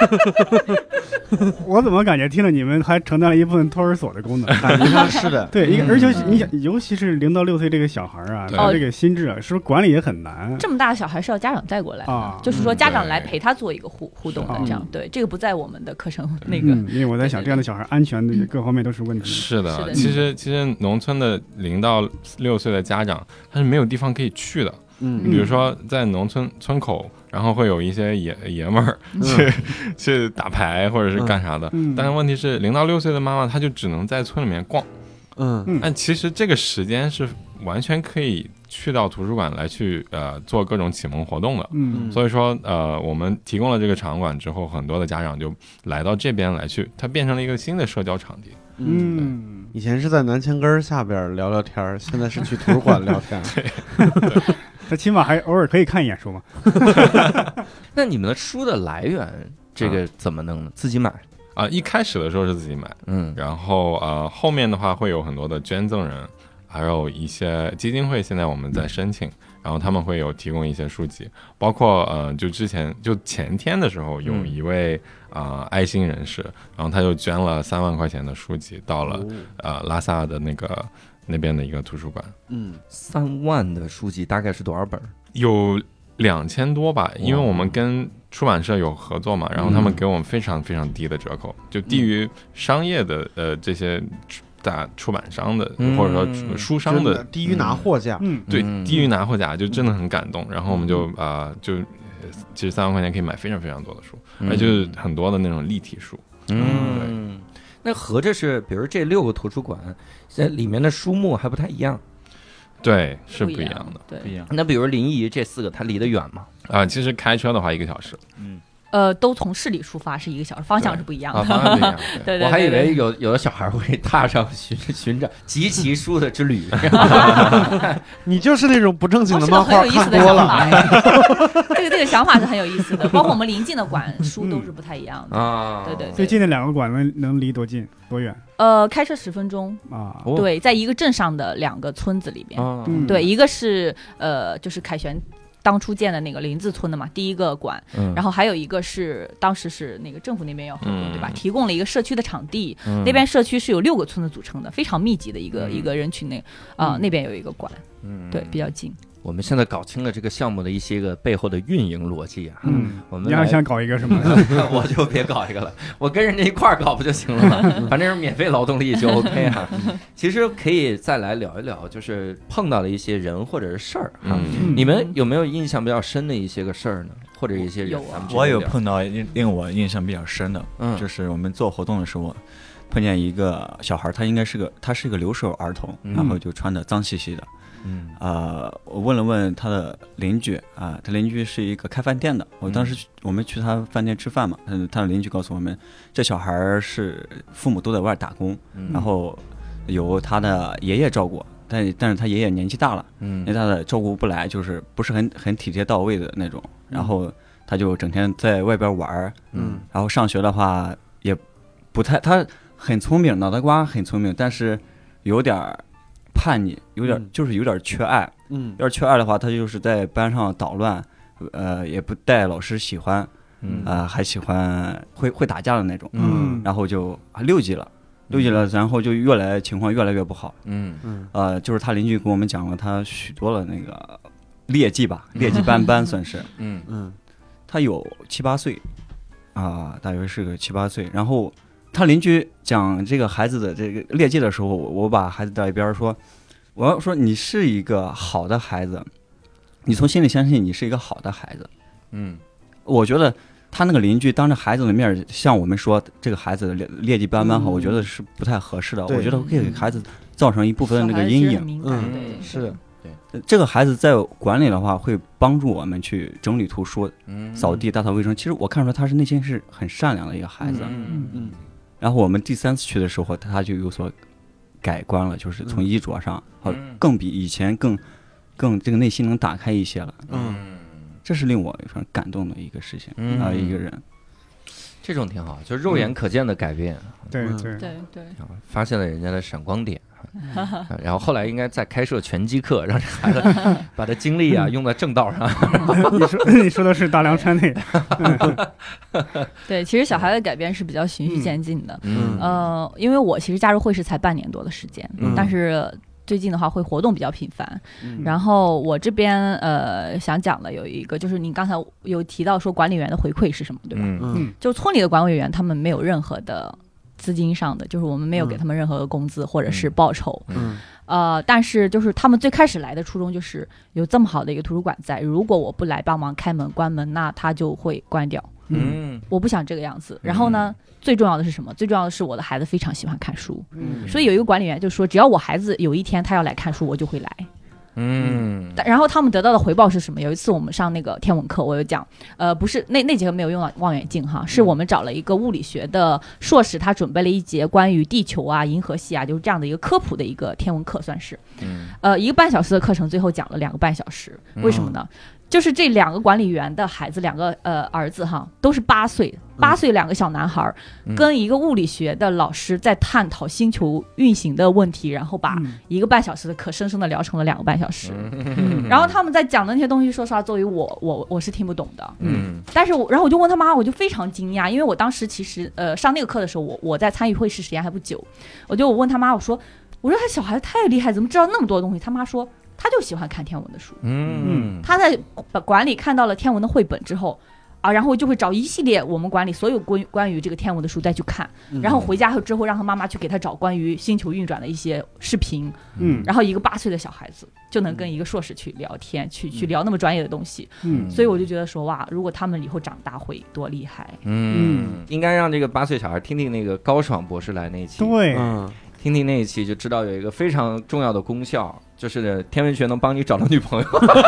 我怎么感觉听了你们还承担了一部分托儿所的功能？
感觉上是的，
对，而且你想，尤其是0到6岁这个小孩啊，他这个心智是不是管理也很难？
这么大的小孩是要家长带过来的，就是说家长来陪他做一个互动的，这样对，这个不在我们的课程那个。
因为我在想，这样的小孩安全的各方面都是问题。
是的，其实农村的0到6岁的家长他是没有地方可以去的。比如说在农村村口，然后会有一些爷们儿去打牌或者是干啥的，但是问题是0到6岁的妈妈她就只能在村里面逛，但其实这个时间是完全可以去到图书馆来去做各种启蒙活动的，所以说我们提供了这个场馆之后，很多的家长就来到这边来去，它变成了一个新的社交场地。
以前是在南墙根下边聊聊天，现在是去图书馆聊天。
他起码还偶尔可以看一眼书嘛。
那你们的书的来源这个怎么弄呢？自己买
一开始的时候是自己买，然后后面的话会有很多的捐赠人，还有一些基金会，现在我们在申请，然后他们会有提供一些书籍，包括就前天的时候有一位爱心人士，然后他就捐了3万块钱的书籍到了拉萨的那边的一个图书馆。
3万的书籍大概是多少本？
有2000多吧，因为我们跟出版社有合作嘛，然后他们给我们非常非常低的折扣，就低于商业的这些大出版商的或者说书商的
低于拿货价，
对，低于拿货价就真的很感动。然后我们就其实3万块钱可以买非常非常多的书，而且就是很多的那种立体书。
那合着是，比如这6个图书馆，现在里面的书目还不太一样。
对，是不一样的，
对，
不一样。
那比如临沂这4个，它离得远吗？
其实开车的话1个小时。
都从市里出发是1个小时，方向是不一样的。
方向不一样。
对，
我还以为有的小孩会踏上寻找集齐书的之旅。
你就是那种不正经的漫画看多了。
这个想法是很有意思的，包括我们临近的馆书都是不太一样的
啊。
对，
最近的2个馆能离多近多远？
开车10分钟
啊。
对，在一个镇上的2个村子里边。对，一个是就是凯旋当初建的那个林字村的嘛，第1个馆，然后还有一个是当时是那个政府那边要合作，对吧？提供了一个社区的场地，那边社区是由6个村子组成的，非常密集的一个人群内，那边有一个馆，对，比较近。
我们现在搞清了这个项目的一些个背后的运营逻辑啊。我们
你想搞一个什么？
我就别搞一个了，我跟人家一块儿搞不就行了吗？反正是免费劳动力就 OK 哈。其实可以再来聊一聊，就是碰到的一些人或者是事儿哈。你们有没有印象比较深的一些个事儿呢？或者一些人？
我有碰到令我印象比较深的，就是我们做活动的时候碰见一个小孩，他是一个留守儿童，然后就穿的脏兮兮的。我问了问他的邻居啊，他邻居是一个开饭店的。当时我们去他饭店吃饭嘛，他的邻居告诉我们，这小孩是父母都在外打工，然后有他的爷爷照顾，但是他爷爷年纪大了，年纪大的照顾不来，就是不是很体贴到位的那种。然后他就整天在外边玩，然后上学的话也不太，他很聪明，脑袋瓜很聪明，但是有点叛逆，有点缺爱，要是缺爱的话，他就是在班上捣乱，也不带老师喜欢，还喜欢会打架的那种，然后就6级了，然后就情况越来越不好，就是他邻居跟我们讲了他许多的那个劣迹吧，劣迹斑斑算是，他有7、8岁，大约是个7、8岁，然后。他邻居讲这个孩子的这个劣迹的时候，我把孩子带一边说，我要说你是一个好的孩子，你从心里相信你是一个好的孩子。我觉得他那个邻居当着孩子的面向我们说这个孩子的劣迹斑斑好，我觉得是不太合适的。我觉得会给孩子造成一部分的那个阴影。
是。
对，这个孩子在馆里的话会帮助我们去整理图书、扫地、打扫卫生。其实我看出来他是内心是很善良的一个孩子。然后我们第3次去的时候，他就有所改观了，就是从衣着上，更比以前更这个内心能打开一些了。这是令我非常感动的一个事情一个人。
这种挺好，就是肉眼可见的改变。
对，
发现了人家的闪光点。然后后来应该再开设拳击课，让这孩子把他精力用在正道上。
你说的是大凉山那个。
对，其实小孩的改变是比较循序渐进的。因为我其实加入会士才半年多的时间，但是最近的话会活动比较频繁。然后我这边想讲的有一个，就是你刚才有提到说管理员的回馈是什么，对吧？就村里的管委员他们没有任何的资金上的，就是我们没有给他们任何的工资或者是报酬。但是就是他们最开始来的初衷就是有这么好的一个图书馆在，如果我不来帮忙开门关门，那他就会关掉。我不想这个样子。然后呢，最重要的是什么？最重要的是我的孩子非常喜欢看书。所以有一个管理员就说，只要我孩子有一天他要来看书，我就会来。然后他们得到的回报是什么？有一次我们上那个天文课，我有讲，不是那节课没有用到望远镜哈，是我们找了一个物理学的硕士，他准备了一节关于地球啊、银河系啊，就是这样的一个科普的一个天文课，算是，1个半小时的课程，最后讲了2个半小时，为什么呢？就是这2个管理员的孩子，2个儿子哈，都是8岁2个小男孩，跟一个物理学的老师在探讨星球运行的问题，然后把1个半小时的课生生的聊成了2个半小时。然后他们在讲的那些东西，说实话，作为我是听不懂的。但是然后我就问他妈，我就非常惊讶，因为我当时其实上那个课的时候，我在参与会试时间还不久，我问他妈，我说他小孩太厉害，怎么知道那么多东西？他妈说，他就喜欢看天文的书。他在馆里看到了天文的绘本之后， 然后就会找一系列我们馆里所有关于这个天文的书再去看，然后回家之后让他妈妈去给他找关于星球运转的一些视频，然后一个8岁的小孩子就能跟一个硕士去聊天，去聊那么专业的东西，所以我就觉得说哇，如果他们以后长大会多厉害，
应该让这个8岁小孩听听那个高爽博士来那一期，
对，
听听那一期就知道有一个非常重要的功效，就是天文学能帮你找到女朋友。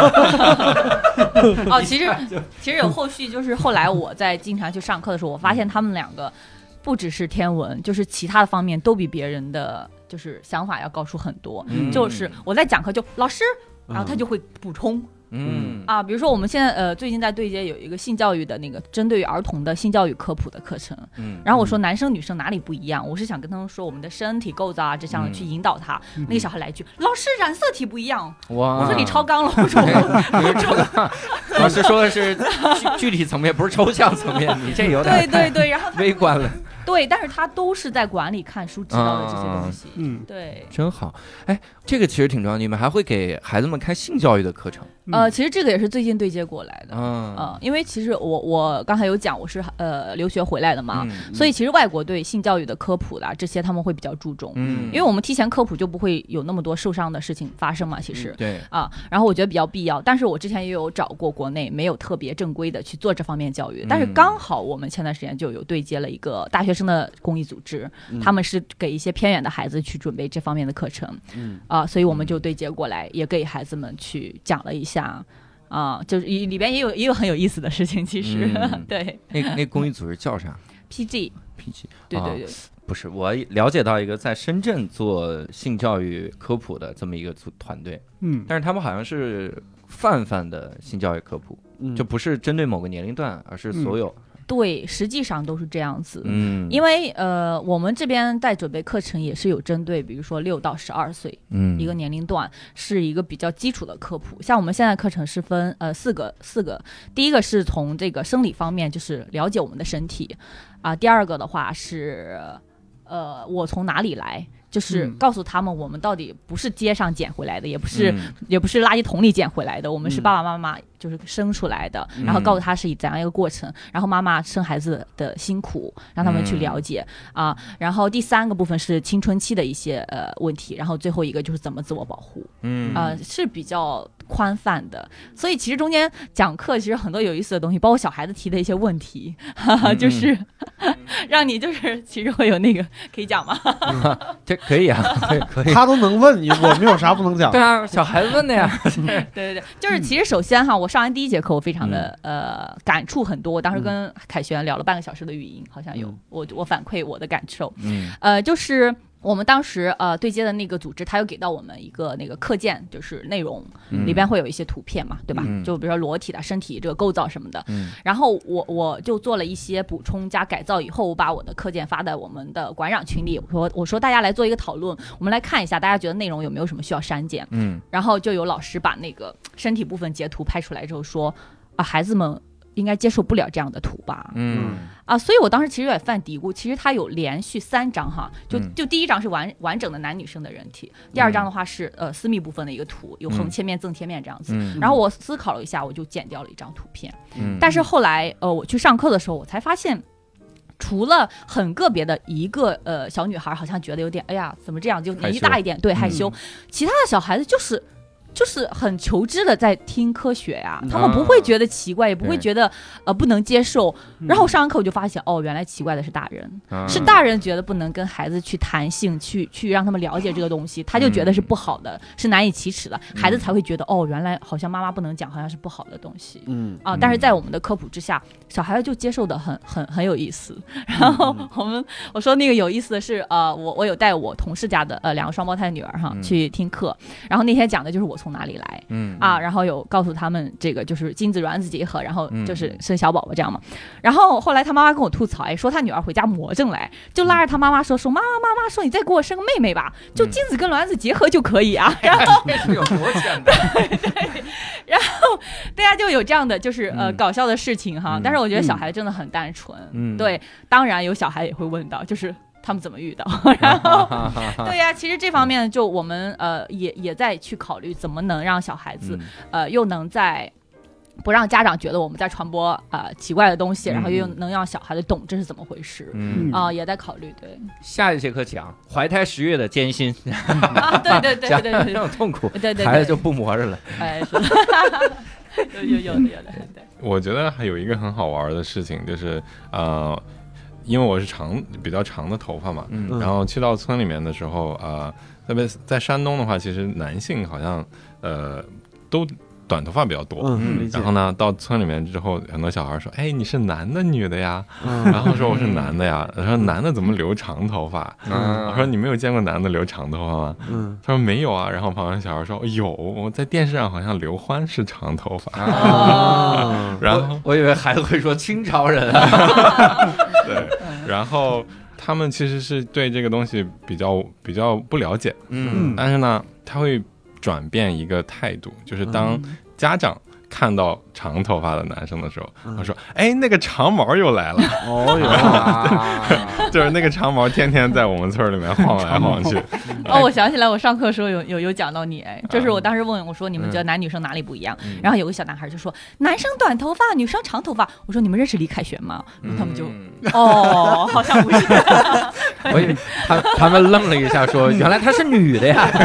其实有后续，就是后来我在经常去上课的时候，我发现他们两个不只是天文，就是其他的方面都比别人的就是想法要高出很多。就是我在讲课就老师，然后他就会补充。比如说我们现在最近在对接有一个性教育的那个针对于儿童的性教育科普的课程，然后我说男生女生哪里不一样，我是想跟他们说我们的身体构造这项去引导他，那个小孩来一句老师染色体不一样，我说你超纲了，我说
老师说的是具体层面不是抽象层面，你这有点
对，然后
微观了。
对，但是他都是在馆里看书知道的这些东西，对，
真好。哎，这个其实挺重要，你们还会给孩子们开性教育的课程？
其实这个也是最近对接过来的，因为其实我刚才有讲我是留学回来的嘛，所以其实外国对性教育的科普啦这些他们会比较注重，因为我们提前科普就不会有那么多受伤的事情发生嘛，其实
对
然后我觉得比较必要，但是我之前也有找过国内没有特别正规的去做这方面教育，但是刚好我们前段时间就有对接了一个大学生的公益组织，他们是给一些偏远的孩子去准备这方面的课程，所以我们就对接过来，也给孩子们去讲了一下。就是里边也有很有意思的事情，其实对。
那公益组织叫啥
？PG，
对，不是，我了解到一个在深圳做性教育科普的这么一个团队，但是他们好像是泛的性教育科普，就不是针对某个年龄段，而是所有。
对，实际上都是这样子。因为我们这边在准备课程也是有针对，比如说6到12岁，一个年龄段是一个比较基础的科普。像我们现在课程是分四个，第一个是从这个生理方面，就是了解我们的身体第二个的话是我从哪里来。就是告诉他们，我们到底不是街上捡回来的，也不是垃圾桶里捡回来的，我们是爸爸妈妈就是生出来的，然后告诉他是以怎样一个过程，然后妈妈生孩子的辛苦，让他们去了解然后第3个部分是青春期的一些问题，然后最后一个就是怎么自我保护，是比较宽泛的，所以其实中间讲课其实很多有意思的东西，包括小孩子提的一些问题，就是让你就是其实会有那个可以讲吗？
这可以啊，可以。
他都能问你，我们有啥不能讲？
对啊，小孩子问的呀。
对，就是其实首先我上完第1节课，我非常的感触很多。我当时跟凯旋聊了半个小时的语音，好像有我反馈我的感受，就是我们当时对接的那个组织，他又给到我们一个那个课件，就是内容里边会有一些图片嘛，对吧？就比如说裸体的身体这个构造什么的。然后我就做了一些补充加改造以后，我把我的课件发在我们的馆长群里，我说大家来做一个讨论，我们来看一下大家觉得内容有没有什么需要删减。然后就有老师把那个身体部分截图拍出来之后说孩子们应该接受不了这样的图吧。所以我当时其实也犯嘀咕，其实它有连续3张就第1张是完整的男女生的人体，第2张的话是私密部分的一个图，有横切面正切面这样子。然后我思考了一下，我就剪掉了一张图片。但是后来我去上课的时候，我才发现除了很个别的一个小女孩好像觉得有点哎呀怎么这样，就年纪大一点，对，害羞，其他的小孩子就是很求知的在听科学呀，他们不会觉得奇怪，也不会觉得不能接受。然后上完课我就发现原来奇怪的是大人，是大人觉得不能跟孩子去谈性，去让他们了解这个东西，他就觉得是不好的，是难以启齿的，孩子才会觉得原来好像妈妈不能讲，好像是不好的东西。但是在我们的科普之下，小孩子就接受的很有意思。然后我说那个有意思的是我有带我同事家的2个双胞胎女儿去听课，然后那天讲的就是我从哪里来，然后有告诉他们这个就是精子卵子结合，然后就是生小宝宝这样嘛。然后后来他妈妈跟我吐槽，说他女儿回家魔怔来，就拉着他妈妈说妈妈说你再给我生个妹妹吧，就精子跟卵子结合就可以啊。然后
有多简单？
对，然后大家就有这样的就是搞笑的事情但是我觉得小孩真的很单纯，对，当然有小孩也会问到就是他们怎么遇到，然后对呀，其实这方面就我们也在去考虑怎么能让小孩子又能在不让家长觉得我们在传播奇怪的东西，然后又能让小孩子懂这是怎么回事，也在考虑。对，
下一节课讲怀胎10月的艰辛，
对，
这种痛苦，
对，
孩子就不磨着了。
哎，是的，有的。对，我
觉得还有一个很好玩的事情，就是因为我是比较长的头发嘛，然后去到村里面的时候，特别在山东的话，其实男性好像都短头发比较多，然后呢，到村里面之后，很多小孩说：“哎，你是男的女的呀？”然后说我是男的呀。他说男的怎么留长头发？我说你没有见过男的留长头发吗？他说没有啊。然后旁边小孩说：“有，我在电视上好像刘欢是长头发。”然后
我以为孩子会说清朝人。
对，然后他们其实是对这个东西比较不了解，但是呢，他会转变一个态度，就是当家长看到长头发的男生的时候，他说：“哎，那个长毛又来了。”
哦哟，
就是那个长毛天天在我们村里面晃来晃去。
我想起来，我上课的时候有讲到你，就是我当时问我说你们觉得男女生哪里不一样？然后有个小男孩就说男生短头发，女生长头发。我说你们认识李凯旋吗？他们就好像不是。
我以为他们愣了一下，说原来她是女的呀。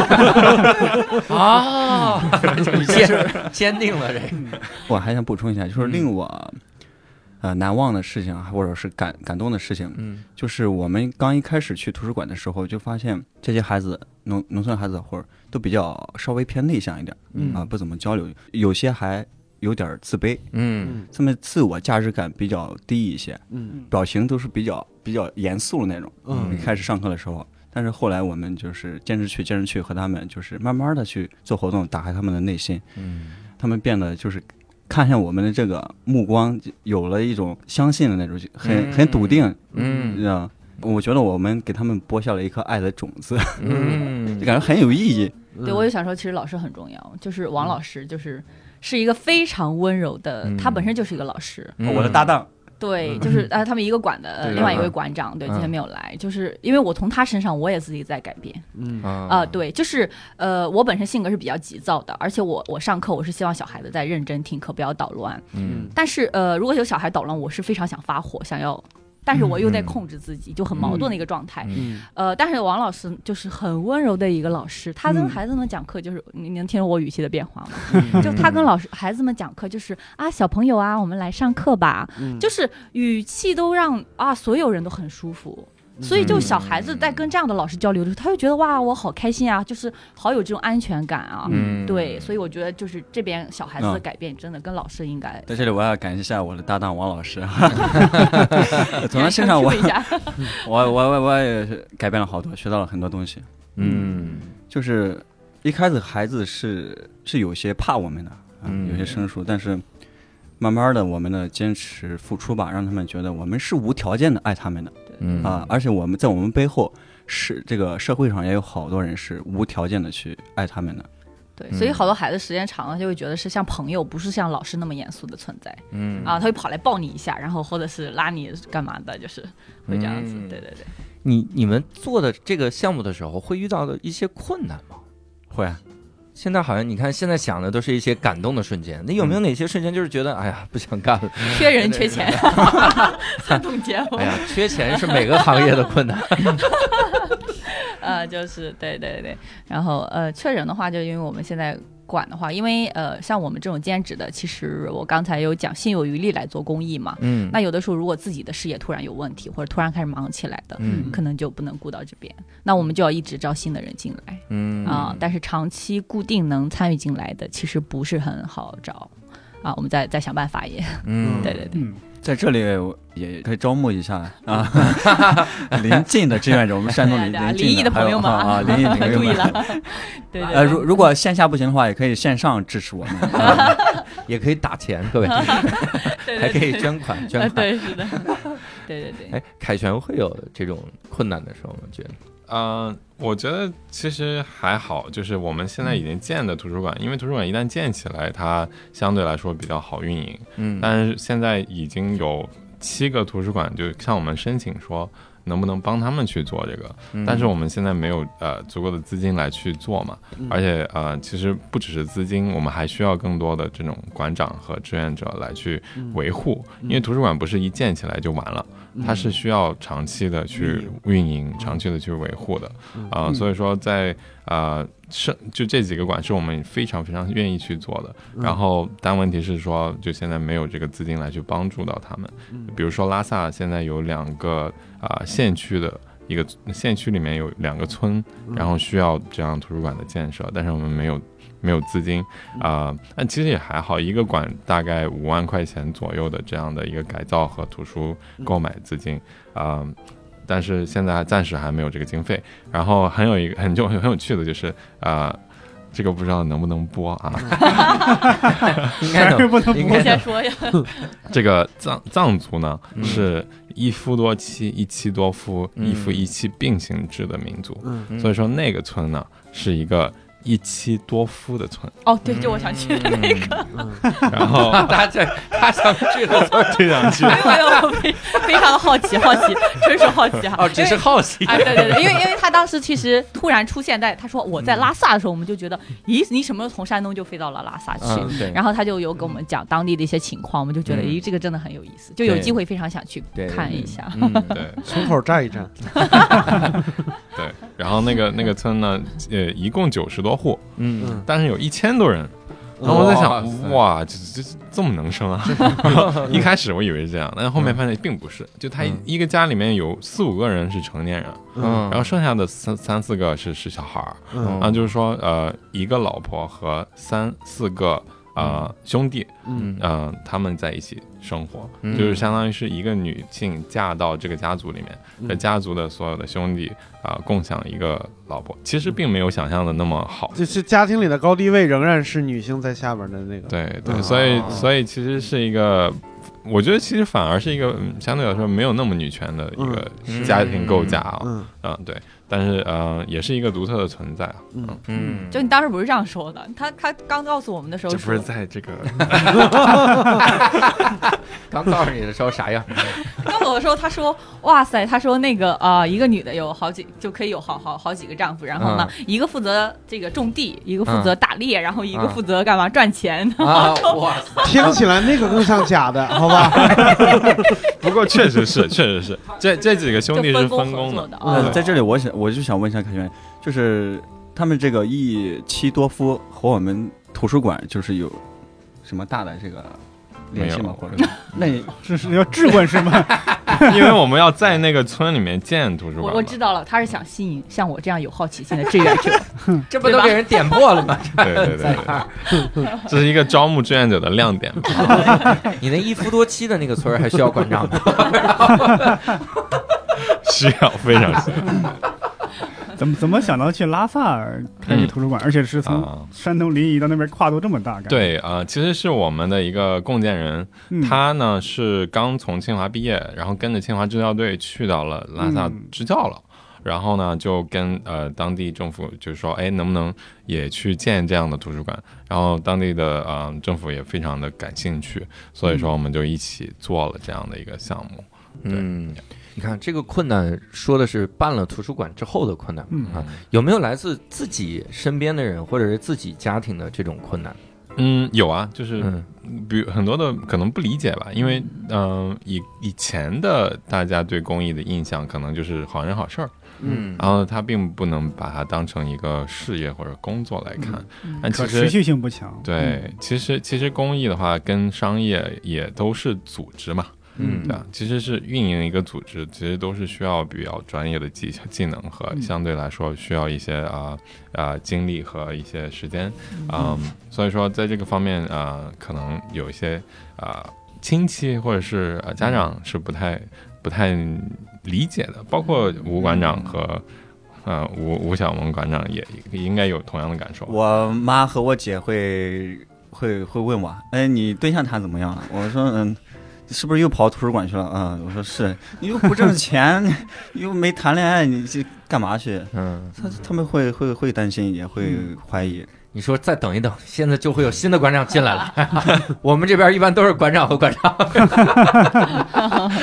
你坚定了这个。
我还想补充一下，就是令我难忘的事情，或者是感动的事情，就是我们刚一开始去图书馆的时候，就发现这些孩子，农村孩子或者都比较稍微偏内向一点，不怎么交流，有些还有点自卑，这么自我价值感比较低一些，表情都是比较严肃的那种，一开始上课的时候。但是后来我们就是坚持去和他们就是慢慢的去做活动，打开他们的内心，他们变得就是看向我们的这个目光有了一种相信的那种，很笃定，我觉得我们给他们播下了一颗爱的种子，就感觉很有意义。
对，我就想说，其实老师很重要，就是王老师是一个非常温柔的，他本身就是一个老师，
我的搭档。
对，就是他们一个馆的另外一位馆长，对，今天没有来，就是因为我从他身上我也自己在改变，对，就是我本身性格是比较急躁的，而且我上课我是希望小孩子在认真听课，不要捣乱，但是如果有小孩捣乱，我是非常想发火，想要。但是我又在控制自己，就很矛盾的一个状态。但是王老师就是很温柔的一个老师，他跟孩子们讲课就是你能听到我语气的变化吗？就他跟孩子们讲课就是小朋友我们来上课吧，就是语气都让所有人都很舒服。所以就小孩子在跟这样的老师交流的时候，他会觉得哇，我好开心啊，就是好有这种安全感啊。对，所以我觉得就是这边小孩子的改变真的跟老师应该。
在这里我要感谢一下我的搭档王老师，从他身上我也改变了好多，学到了很多东西。就是一开始孩子是有些怕我们的，有些生疏，但是慢慢的我们的坚持付出吧，让他们觉得我们是无条件的爱他们的。而且我们在我们背后是这个社会上也有好多人是无条件的去爱他们的。
对，所以好多孩子时间长了就会觉得是像朋友，不是像老师那么严肃的存在。他会跑来抱你一下，然后或者是拉你干嘛的，就是会这样子。对。
你们做的这个项目的时候会遇到的一些困难吗？
会。
现在好像你看，现在想的都是一些感动的瞬间。那有没有哪些瞬间就是觉得，哎呀，不想干了，
缺人缺钱？算总结。
哎呀，缺钱是每个行业的困难。
就是对。然后缺人的话，就因为我们现在馆的话，因为像我们这种兼职的，其实我刚才有讲心有余力来做公益嘛。那有的时候如果自己的事业突然有问题，或者突然开始忙起来的，可能就不能顾到这边，那我们就要一直招新的人进来。但是长期固定能参与进来的，其实不是很好找我们再想办法也。对。
在这里也可以招募一下临近的志愿者，我们山东临近
的朋友们
临近朋友们。
对。
如果线下不行的话，也可以线上支持我们，
也可以打钱，各位，还可以捐款。
对，是的。对。
哎，凯旋会有这种困难的时候吗？觉得？
我觉得其实还好，就是我们现在已经建的图书馆，因为图书馆一旦建起来，它相对来说比较好运营。但是现在已经有7个图书馆就向我们申请说能不能帮他们去做这个，但是我们现在没有足够的资金来去做嘛，而且其实不只是资金，我们还需要更多的这种馆长和志愿者来去维护，因为图书馆不是一建起来就完了，它是需要长期的去运营，长期的去维护的所以说在就这几个馆是我们非常非常愿意去做的，然后但问题是说就现在没有这个资金来去帮助到他们，比如说拉萨现在有2个县区的一个县区里面有2个村，然后需要这样图书馆的建设，但是我们没有资金但其实也还好，一个馆大概5万块钱左右的这样的一个改造和图书购买资金但是现在暂时还没有这个经费。然后很有趣的就是这个不知道能不能播
应该能
不能播？
我先说呀。
这个藏族呢是一夫多妻、一妻多夫、一夫一妻并行制的民族，所以说那个村呢是一个一妻多夫的村。
对，就我想去的那个。
然后
他想去的村
这想去。
没有，非常好奇，纯属好奇
只是好奇。
对，因为他当时其实突然出现在他说我在拉萨的时候，我们就觉得，咦，你什么时候从山东就飞到了拉萨去？然后他就有跟我们讲当地的一些情况，我们就觉得，咦，这个真的很有意思，就有机会非常想去看一下。
对，
村口站一站。
对，然后那个村呢，一共90多户，但是有1000多人。然后我在想，哇，这么能生啊！一开始我以为是这样，但是后面发现并不是，就他一个家里面有4、5个人是成年人，然后剩下的3、4个是小孩儿，就是说一个老婆和3、4个兄弟，他们在一起生活，就是相当于是一个女性嫁到这个家族里面，这家族的所有的兄弟共享一个老婆，其实并没有想象的那么好，
就是家庭里的高低位仍然是女性在下边的那个。
对，所以其实是一个，我觉得其实反而是一个相对来说没有那么女权的一个家庭构架对。但是也是一个独特的存在
就你当时不是这样说的，他刚告诉我们的时候，
这不是在这个
刚告诉你的时候啥样？
告诉我的时候，他说哇塞，他说那个一个女的有好几就可以有好几个丈夫，然后呢，一个负责这个种地，一个负责打猎，然后一个负责干嘛赚钱
哇塞，
听起来那个更像假的，好吧？
不过确实是这几个兄弟是分工的。
在这里我就想问一下凯旋，就是他们这个一妻多夫和我们图书馆就是有什么大的这个联系吗？或者
那你这是要质问是吗？
因为我们要在那个村里面建图书馆。
我知道了，他是想吸引像我这样有好奇心的志愿者，
这不都给人点破了吗？
对，这是一个招募志愿者的亮点。
你那一夫多妻的那个村还需要馆长吗？
需要，非常需要。
怎么想到去拉萨开一个图书馆，而且是从山东临沂到那边跨度这么大？
对其实是我们的一个共建人，他呢是刚从清华毕业，然后跟着清华支教队去到了拉萨支教了。然后呢，就跟当地政府就说，能不能也去建这样的图书馆？然后当地的政府也非常的感兴趣，所以说我们就一起做了这样的一个项目。
你看这个困难说的是办了图书馆之后的困难有没有来自自己身边的人或者是自己家庭的这种困难？
有啊，就是比如很多的可能不理解吧，因为以前的大家对公益的印象可能就是好人好事儿，然后他并不能把它当成一个事业或者工作来看，但其实
可持续性不强。
对，其实公益的话跟商业也都是组织嘛。对啊，其实是运营一个组织，其实都是需要比较专业的技能和相对来说需要一些精力和一些时间，所以说在这个方面可能有一些亲戚或者是家长是不太理解的，包括吴馆长和吴小萌馆长也应该有同样的感受。
我妈和我姐会问我，你对象谈怎么样了？我说是不是又跑图书馆去了？我说是，你又不挣钱，又没谈恋爱，你这干嘛去？他们会担心，也会怀疑。
你说再等一等，现在就会有新的馆长进来了。我们这边一般都是馆长和馆长。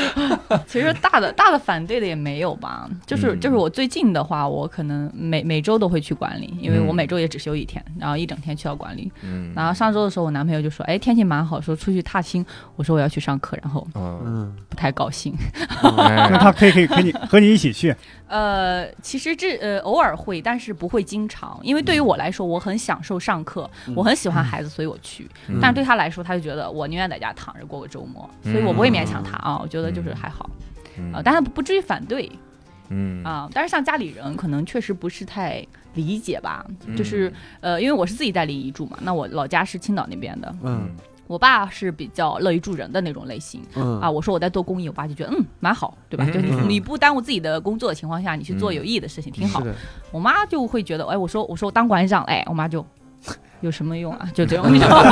其实大的反对的也没有吧，就是我最近的话，我可能每周都会去管理，因为我每周也只休1天，然后一整天去到管理。然后上周的时候，我男朋友就说：“哎，天气蛮好，说出去踏青。”我说我要去上课，然后不太高兴。
那他可以和你一起去。
其实偶尔会，但是不会经常，因为对于我来说，我很享受上课，我很喜欢孩子，所以我去。但是对他来说，他就觉得我宁愿在家躺着过个周末，所以我不会勉强他啊。我觉得就是还好，但是不至于反对。但是像家里人可能确实不是太理解吧，就是因为我是自己在临沂住嘛，那我老家是青岛那边的，我爸是比较乐于助人的那种类型，我说我在做公益，我爸就觉得蛮好，对吧？就你不耽误自己的工作的情况下，你去做有意义的事情，挺好。我妈就会觉得，我说我当管理长，我妈就有什么用啊？就这种。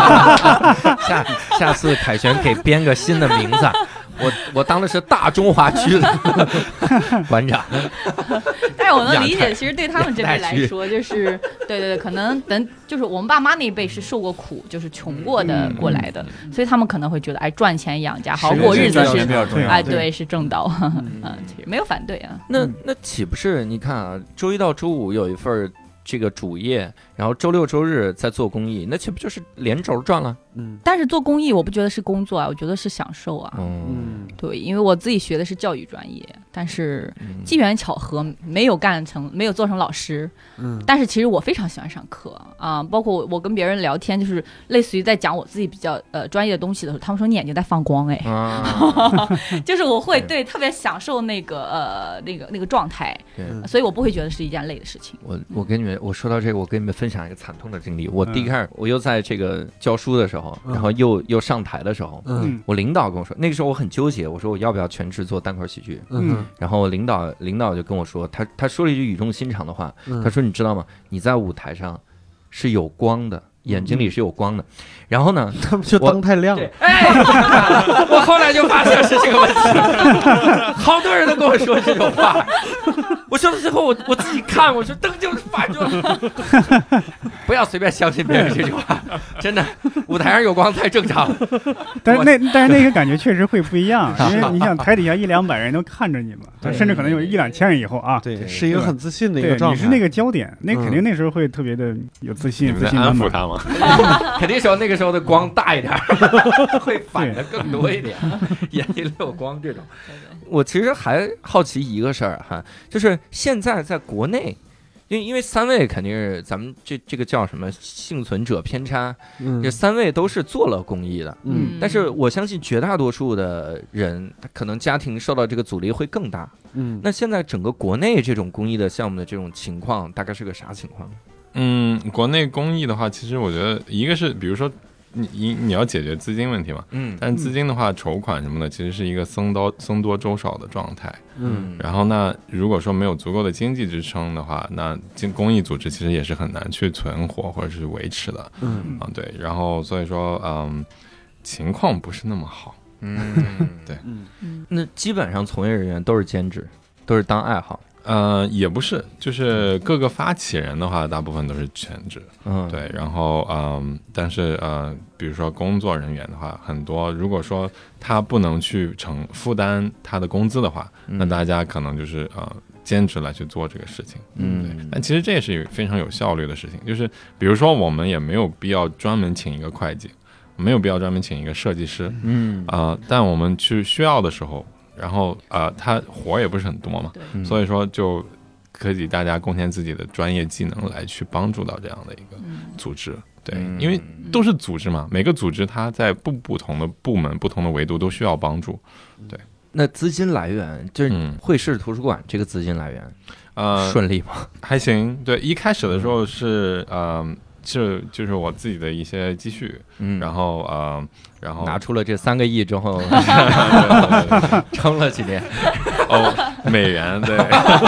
下次凯旋给编个新的名字。我当的是大中华区的馆长，
但是我能理解，其实对他们这辈来说，就是对，可能就是我们爸妈那一辈是受过苦，就是穷过的过来的，所以他们可能会觉得，赚钱养家，好好过日子是，对，是正道，其实没有反对啊。
那岂不是你看啊，周一到周五有一份这个主业，然后周六周日在做公益，那岂不就是连轴转了？
但是做公益我不觉得是工作啊，我觉得是享受啊。对，因为我自己学的是教育专业，但是机缘巧合没有做成老师。但是其实我非常喜欢上课啊，包括我跟别人聊天，就是类似于在讲我自己比较专业的东西的时候，他们说你眼睛在放光就是我会特别享受那个状态，所以我不会觉得是一件累的事情。
我说到这个，我跟你们分享一个惨痛的经历。我第一开始我又在这个教书的时候，然后又上台的时候，我领导跟我说，那个时候我很纠结，我说我要不要全职做单口喜剧？然后领导就跟我说，他说了一句语重心长的话，他说你知道吗？你在舞台上是有光的。眼睛里是有光的，然后呢，
他们就灯太亮了。
我后来就发现是这个问题，好多人都跟我说这种话。我说了之后，我自己看，我说灯就是反着，不要随便相信别人这句话，真的，舞台上有光太正常了。
但是那个感觉确实会不一样，因为你想台底下100-200人都看着你嘛，甚至可能有1-2千人以后啊，
对，是一个很自信的一个状态。
你是那个焦点，那肯定那时候会特别的有自信，自信
安抚他吗？
肯定那个时候的光大一点，会反的更多一点，眼睛里有光这种。我其实还好奇一个事儿哈，就是现在在国内，因为3位肯定是咱们这个叫什么幸存者偏差，这3位都是做了公益的，但是我相信绝大多数的人，他可能家庭受到这个阻力会更大。那现在整个国内这种公益的项目的这种情况，大概是个啥情况？
国内公益的话，其实我觉得一个是，比如说你要解决资金问题嘛，但是资金的话，筹款什么的，其实是一个僧多粥少的状态，然后那如果说没有足够的经济支撑的话，那公益组织其实也是很难去存活或者是维持的，对，然后所以说情况不是那么好，对，
那基本上从业人员都是兼职，都是当爱好。
也不是，就是各个发起人的话，大部分都是全职，对，然后但是比如说工作人员的话，很多如果说他不能去负担他的工资的话，那大家可能就是兼职来去做这个事情，对，但其实这也是非常有效率的事情，就是比如说我们也没有必要专门请一个会计，没有必要专门请一个设计师，但我们去需要的时候。然后他活也不是很多嘛，所以说就可以大家贡献自己的专业技能来去帮助到这样的一个组织，对，因为都是组织嘛，每个组织它在不同的部门、不同的维度都需要帮助，对。
那资金来源就是汇市图书馆这个资金来源，顺利吗？
还行，对，一开始的时候是就是我自己的一些积蓄，然后
拿出了这3个亿之后，撑了几年，
美元，对，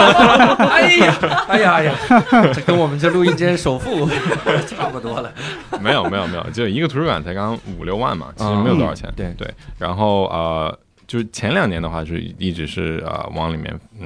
哎呀，这跟我们这录音间首付差不多了。
没有，就一个图书馆才刚5-6万嘛，其实没有多少钱，对，然后就是前2年的话是一直是往里面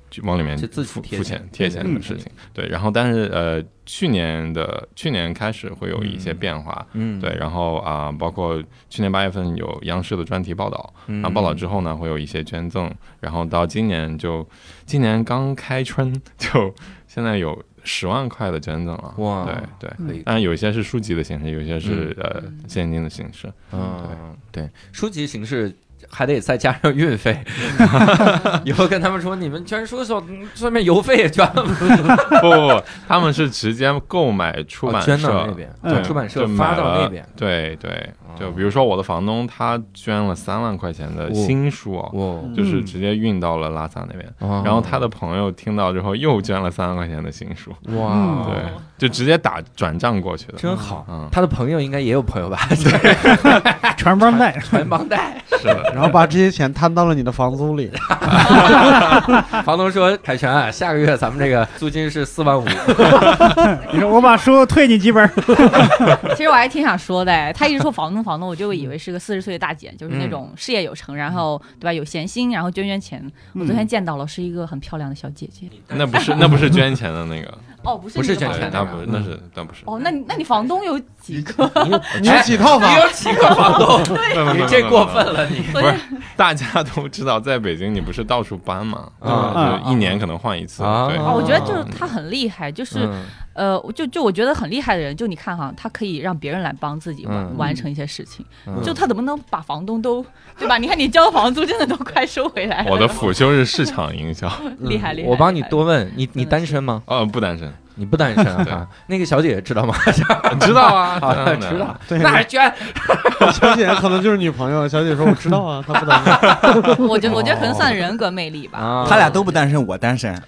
往里面
自己
付钱贴钱的事情。对，然后但是去年开始会有一些变化，对，然后包括去年8月份有央视的专题报道，然后报道之后呢会有一些捐赠，然后到今年刚开春，就现在有10万块的捐赠了。哇，对，可以。当然有一些是书籍的形式，有一些是现金的形式。
对，书籍形式还得再加上运费。以后跟他们说，你们捐书的时候顺便邮费也捐了。
不，他们是直接购买出版社，
捐到那边，出版社发到那边。
对，就比如说我的房东，他捐了3万块钱的新书就是直接运到了拉萨那边。然后他的朋友听到之后又捐了3万块钱的新书。哇，对，就直接转账过去的，
真好。他的朋友应该也有朋友吧？
传帮带，
是的。
然后把这些钱摊到了你的房租里。
房东说：“凯旋啊，下个月咱们这个租金是4万5。”
你说我把书退你几本？
其实我还挺想说的，他一直说房东，我就以为是个40岁的大姐，就是那种事业有成，然后对吧有闲心，然后捐钱。我昨天见到了，是一个很漂亮的小姐姐。
那不是捐钱的那个。
哦，不是
捐钱，
那不是。
哦，那你房东有几个？
你有几套房？
你有几个房东？你这过分了，你
不是大家都知道，在北京你不是到处搬嘛，对吧？就1年可能换一次。对，
我觉得就是他很厉害，就是就我觉得很厉害的人，就你看哈，他可以让别人来帮自己完成一些事情，就他怎么能把房东都对吧？你看你交房租真的都快收回来了。
我的辅修是市场营销，
厉害。
我帮你多问你单身吗？
不单身。
你不单身啊？那个小姐姐知道吗？
知道啊，
知道。那还捐？
小姐可能就是女朋友。小姐说我知道啊，她不单身。
我觉得可能算人格魅力吧。
他俩都不单身，我单身。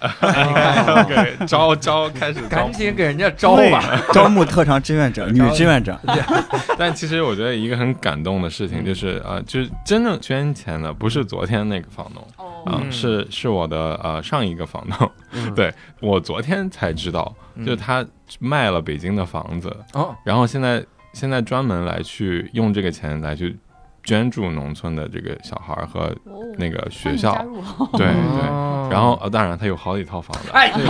招开始
赶紧给人家招吧，
招募特长志愿者、女志愿者。
但其实我觉得一个很感动的事情就是就是真正捐钱的不是昨天那个房东，是我的上一个房东。对，我昨天才知道，就是他卖了北京的房子，然后现在专门来去用这个钱来去捐助农村的这个小孩和那个学校。对，然后当然他有好几套房子，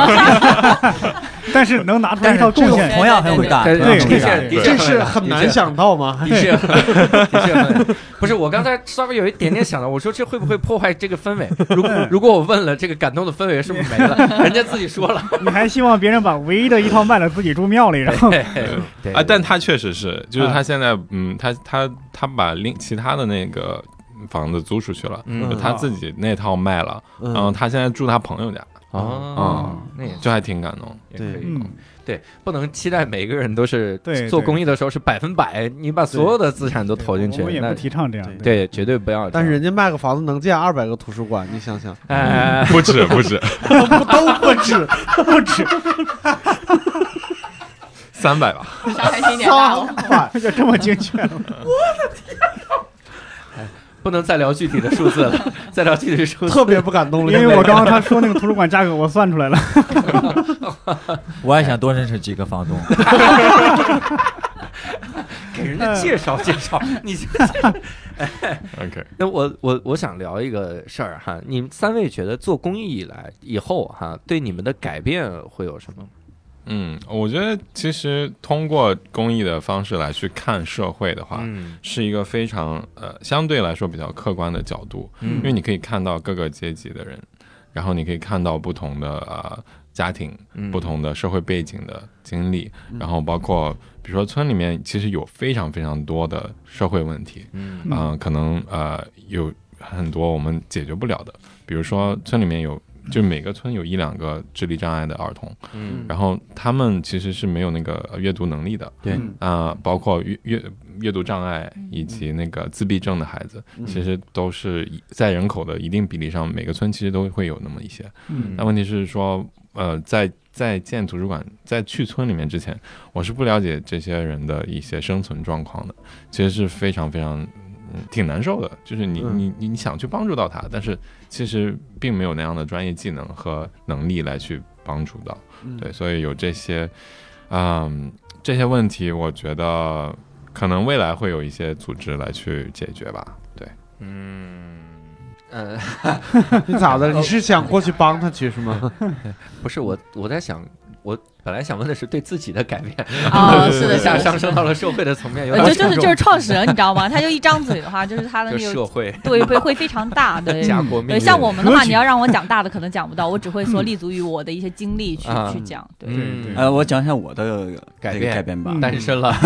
但是能拿出来一套贡献，
同样很伟大。
这是很难想到吗？
的确不是。我刚才稍微有一点点想到，我说这会不会破坏这个氛围？如果我问了，这个感动的氛围是不是没了？人家自己说了。
你还希望别人把唯一的一套卖了，自己住庙里，然后
但他确实是，就是他现在他把其他的那个房子租出去了，就他自己那套卖了，然后他现在住他朋友家。那就还挺感动。
对，不能期待每个人都是做公益的时候是100%，你把所有的资产都投进去。
我们也不提倡这样。
对，绝对不要。
但是人家卖个房子能建200个图书馆，你想想，
不止，
都不止
，300吧。
上海心点大哦，
就这么精确了。我的
天！不能再聊具体的数字了，再聊具体数字
特别不感动了。
因为我刚刚他说那个图书馆价格，我算出来了。
我还想多认识几个房东，
给人家介绍介绍。你
OK？
那我想聊一个事儿哈，你们3位觉得做公益以后哈，对你们的改变会有什么？
我觉得其实通过公益的方式来去看社会的话，是一个非常相对来说比较客观的角度，因为你可以看到各个阶级的人，然后你可以看到不同的家庭、不同的社会背景的经历，然后包括比如说村里面其实有非常非常多的社会问题，可能有很多我们解决不了的，比如说村里面就每个村有1-2个智力障碍的儿童，然后他们其实是没有那个阅读能力的，
对
包括阅读障碍以及那个自闭症的孩子，其实都是在人口的一定比例上，每个村其实都会有那么一些。那问题是说，在建图书馆，在去村里面之前，我是不了解这些人的一些生存状况的，其实是非常非常。挺难受的，就是你想去帮助到他，但是其实并没有那样的专业技能和能力来去帮助到，对，所以有这些问题，我觉得可能未来会有一些组织来去解决吧，对，
你咋的？你是想过去帮他去是吗？
不是我在想，我本来想问的是对自己的改变，
是的，
一下上升到了社会的层面，
就是创始人，你知道吗？他就一张嘴的话，就是他的那个
社会，
对会非常大的。对，像我们的话，你要让我讲大的，可能讲不到，我只会说立足于我的一些经历去讲。对，
我讲一下我的改变吧。
单身了，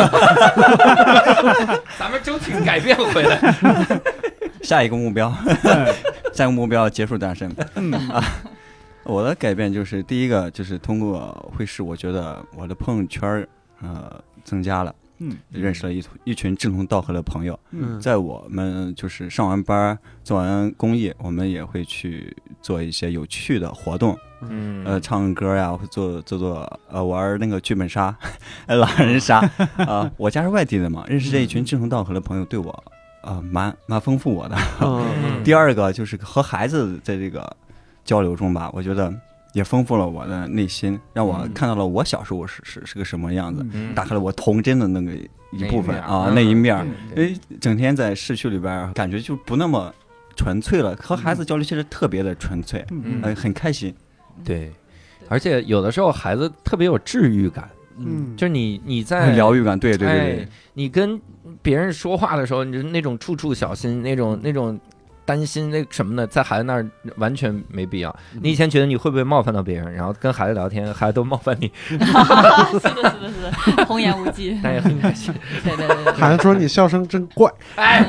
咱们争取改变回来。
下一个目标结束单身。我的改变就是第一个就是通过会试，我觉得我的朋友圈增加了，认识了一群志同道合的朋友。在我们就是上完班做完公益，我们也会去做一些有趣的活动，唱歌呀，会做玩那个剧本杀，狼人杀我家是外地的嘛，认识这一群志同道合的朋友，对我蛮丰富我的。第二个就是和孩子在这个交流中吧，我觉得也丰富了我的内心，让我看到了我小时候是个什么样子，打开了我童真的那个一部分那一面。因为整天在市区里边，感觉就不那么纯粹了，和孩子交流其实特别的纯粹，很开心。
对，而且有的时候孩子特别有治愈感。就是你在
疗愈感，对，
你跟别人说话的时候，你就那种处处小心，那种担心那什么的，在孩子那儿完全没必要。你以前觉得你会不会冒犯到别人，然后跟孩子聊天，孩子都冒犯你，
是的，童言无忌，
但也很开心。
对，
孩子说你笑声真怪。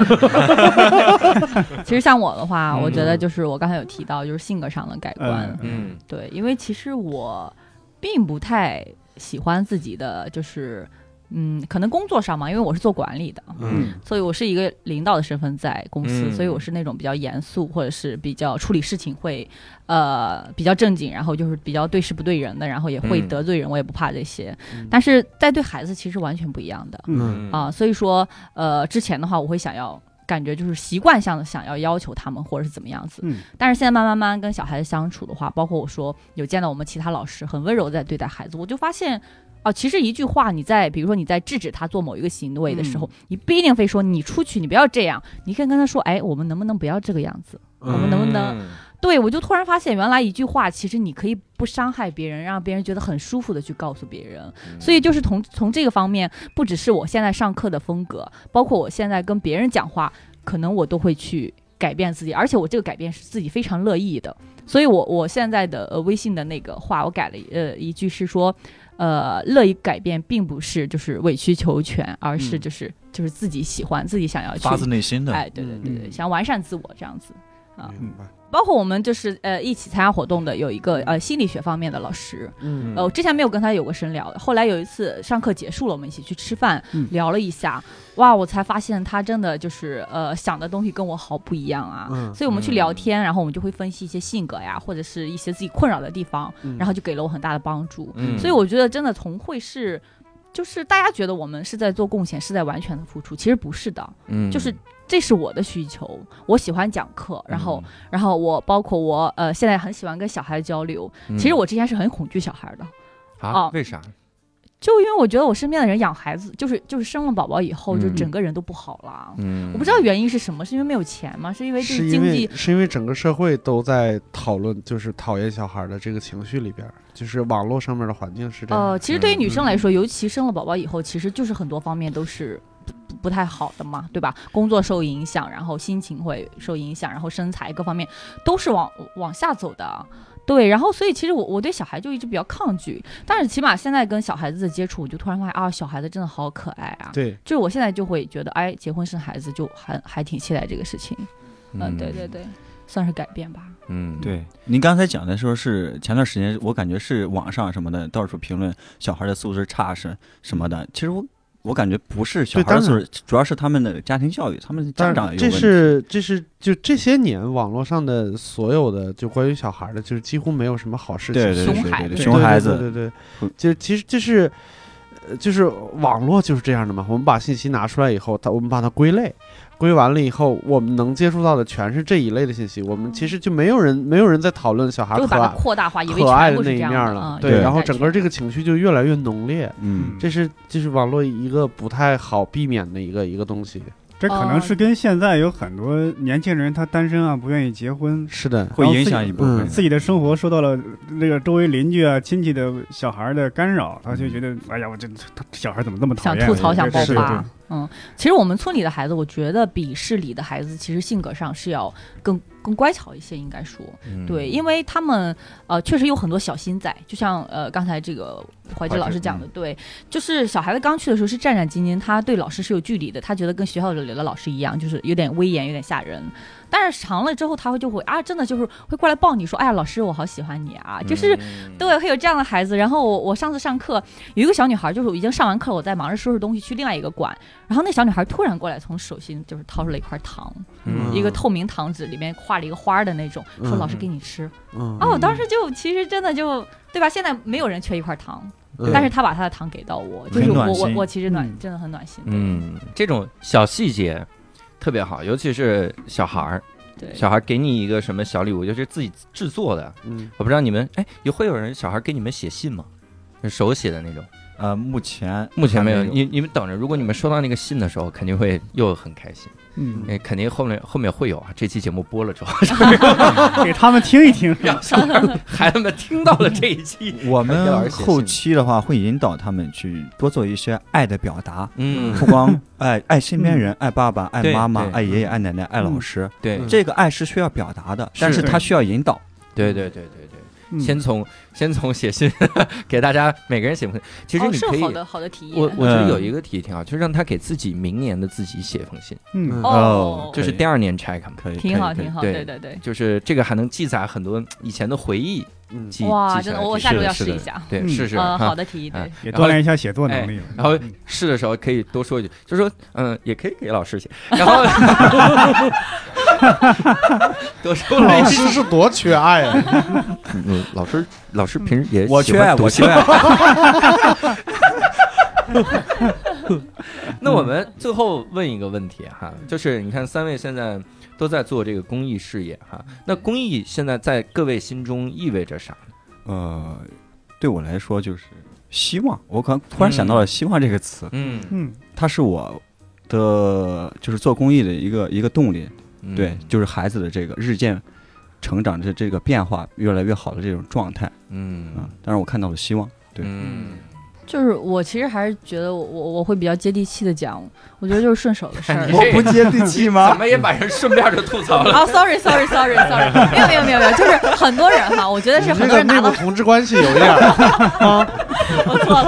其实像我的话，我觉得就是我刚才有提到，就是性格上的改观。对，因为其实我并不太喜欢自己的就是可能工作上嘛，因为我是做管理的，所以我是一个领导的身份在公司，所以我是那种比较严肃，或者是比较处理事情会比较正经，然后就是比较对事不对人的，然后也会得罪人，我也不怕这些。但是在对孩子其实完全不一样的，所以说之前的话我会感觉就是习惯性的想要求他们或者是怎么样子，但是现在慢慢跟小孩子相处的话，包括我说有见到我们其他老师很温柔在对待孩子，我就发现其实一句话，比如说你在制止他做某一个行为的时候，你不一定非说你出去，你不要这样，你可以跟他说，我们能不能不要这个样子？我们能不能？对，我就突然发现，原来一句话，其实你可以不伤害别人，让别人觉得很舒服的去告诉别人。所以就是从这个方面，不只是我现在上课的风格，包括我现在跟别人讲话，可能我都会去改变自己，而且我这个改变是自己非常乐意的。所以我现在的微信的那个话，我改了一句是说，乐意改变并不是就是委曲求全，而是就是自己喜欢，自己想要去
发自内心的，
对，想完善自我这样子啊。包括我们就是一起参加活动的有一个心理学方面的老师，我之前没有跟他有过深聊的，后来有一次上课结束了，我们一起去吃饭，聊了一下，哇，我才发现他真的就是想的东西跟我好不一样啊，所以我们去聊天，然后我们就会分析一些性格呀，或者是一些自己困扰的地方，然后就给了我很大的帮助，所以我觉得真的从会是就是大家觉得我们是在做贡献，是在完全的付出，其实不是的，就是这是我的需求，我喜欢讲课，然后我包括我现在很喜欢跟小孩交流，其实我之前是很恐惧小孩的
为啥？
就因为我觉得我身边的人养孩子，就是生了宝宝以后，就整个人都不好了。我不知道原因是什么，是因为没有钱吗？是因为这个经济？
是因为整个社会都在讨论，就是讨厌小孩的这个情绪里边，就是网络上面的环境是这样。
其实对于女生来说，尤其生了宝宝以后，其实就是很多方面都是不太好的嘛，对吧？工作受影响，然后心情会受影响，然后身材各方面都是往下走的。对，然后所以其实我对小孩就一直比较抗拒，但是起码现在跟小孩子的接触，我就突然发现小孩子真的好可爱啊！
对，
就是我现在就会觉得，结婚生孩子就还挺期待这个事情。对，算是改变吧。
对，您刚才讲的时候是前段时间，我感觉是网上什么的到处评论小孩的素质差是什么的，其实我感觉不是小孩的素质，主要是他们的家庭教育，他们家长有问题。
这是就这些年网络上的所有的就关于小孩的，就是几乎没有什么好事情。
对，
熊
孩子，
对，就其实就是网络就是这样的嘛。我们把信息拿出来以后，我们把它归类。归完了以后，我们能接触到的全是这一类的信息。我们其实就没有人在讨论小孩
就把它扩大化，以为
可爱的那
一
面了。对，然后整个这个情绪就越来越浓烈。这是网络一个不太好避免的一个东西。
这可能是跟现在有很多年轻人他单身啊，不愿意结婚，
是的，
会影响一部分
自己的生活受到了这个周围邻居啊、亲戚的小孩的干扰，他就觉得哎呀，我这小孩怎么这么讨厌，
想吐槽、想爆发。
嗯，
其实我们村里的孩子，我觉得比市里的孩子其实性格上是要更乖巧一些，应该说，对，因为他们确实有很多小心在，就像刚才这个怀哲老师讲的，对，就是小孩子刚去的时候是战战兢兢，他对老师是有距离的，他觉得跟学校里的老师一样，就是有点威严，有点吓人。但是长了之后，他就会真的就是会过来抱你说，哎呀，老师，我好喜欢你啊，就是对，会有这样的孩子。然后我上次上课有一个小女孩，就是我已经上完课，我在忙着收拾东西去另外一个馆，然后那小女孩突然过来，从手心就是掏出了一块糖，一个透明糖纸，里面画了一个花的那种，说老师给你吃。我当时就其实真的就对吧？现在没有人缺一块糖。但是他把他的糖给到我，就是我其实真的很暖心。
这种小细节特别好，尤其是小孩儿。对，小孩给你一个什么小礼物，就是自己制作的。我不知道你们会有人小孩给你们写信吗？手写的那种？
目前
没有。你们等着，如果你们收到那个信的时候，肯定会又很开心。肯定后面会有啊。这期节目播了之后，
给他们听一听，
让孩子们听到了这一期。
我们后期的话会引导他们去多做一些爱的表达，不光爱身边人，爱爸爸，爱妈妈，爱爷爷，爱奶奶，爱老师。对，这个爱是需要表达的，但是他需要引导。对。先从写信给大家每个人写封信，其实你可以
好的提议。
我觉得有一个提议挺好，就是让他给自己明年的自己写封信。就是第2年check，
可以，挺好。对，
就是这个还能记载很多以前的回忆。
哇，真的，我下周要试一下。
对，试试。
好的提议，对，
也锻炼一下写作能力。
然后试的时候可以多说一句，就说也可以给老师写。然后多说
老师是多缺爱啊！
老师平时也
我缺爱。
那我们最后问一个问题哈，就是你看3位现在都在做这个公益事业哈，那公益现在在各位心中意味着啥
呢？对我来说就是希望。我可能突然想到了希望这个词，它是我的就是做公益的一个动力。对，就是孩子的这个日渐成长的这个变化越来越好的这种状态。当然我看到了希望。对，
就是我其实还是觉得我会比较接地气的讲，我觉得就是顺手的事儿。
我不接地气吗？
怎么也把人顺便就吐槽了
？Sorry， 没有，就是很多人哈，我觉得是很多人拿到
同志关系有点
我错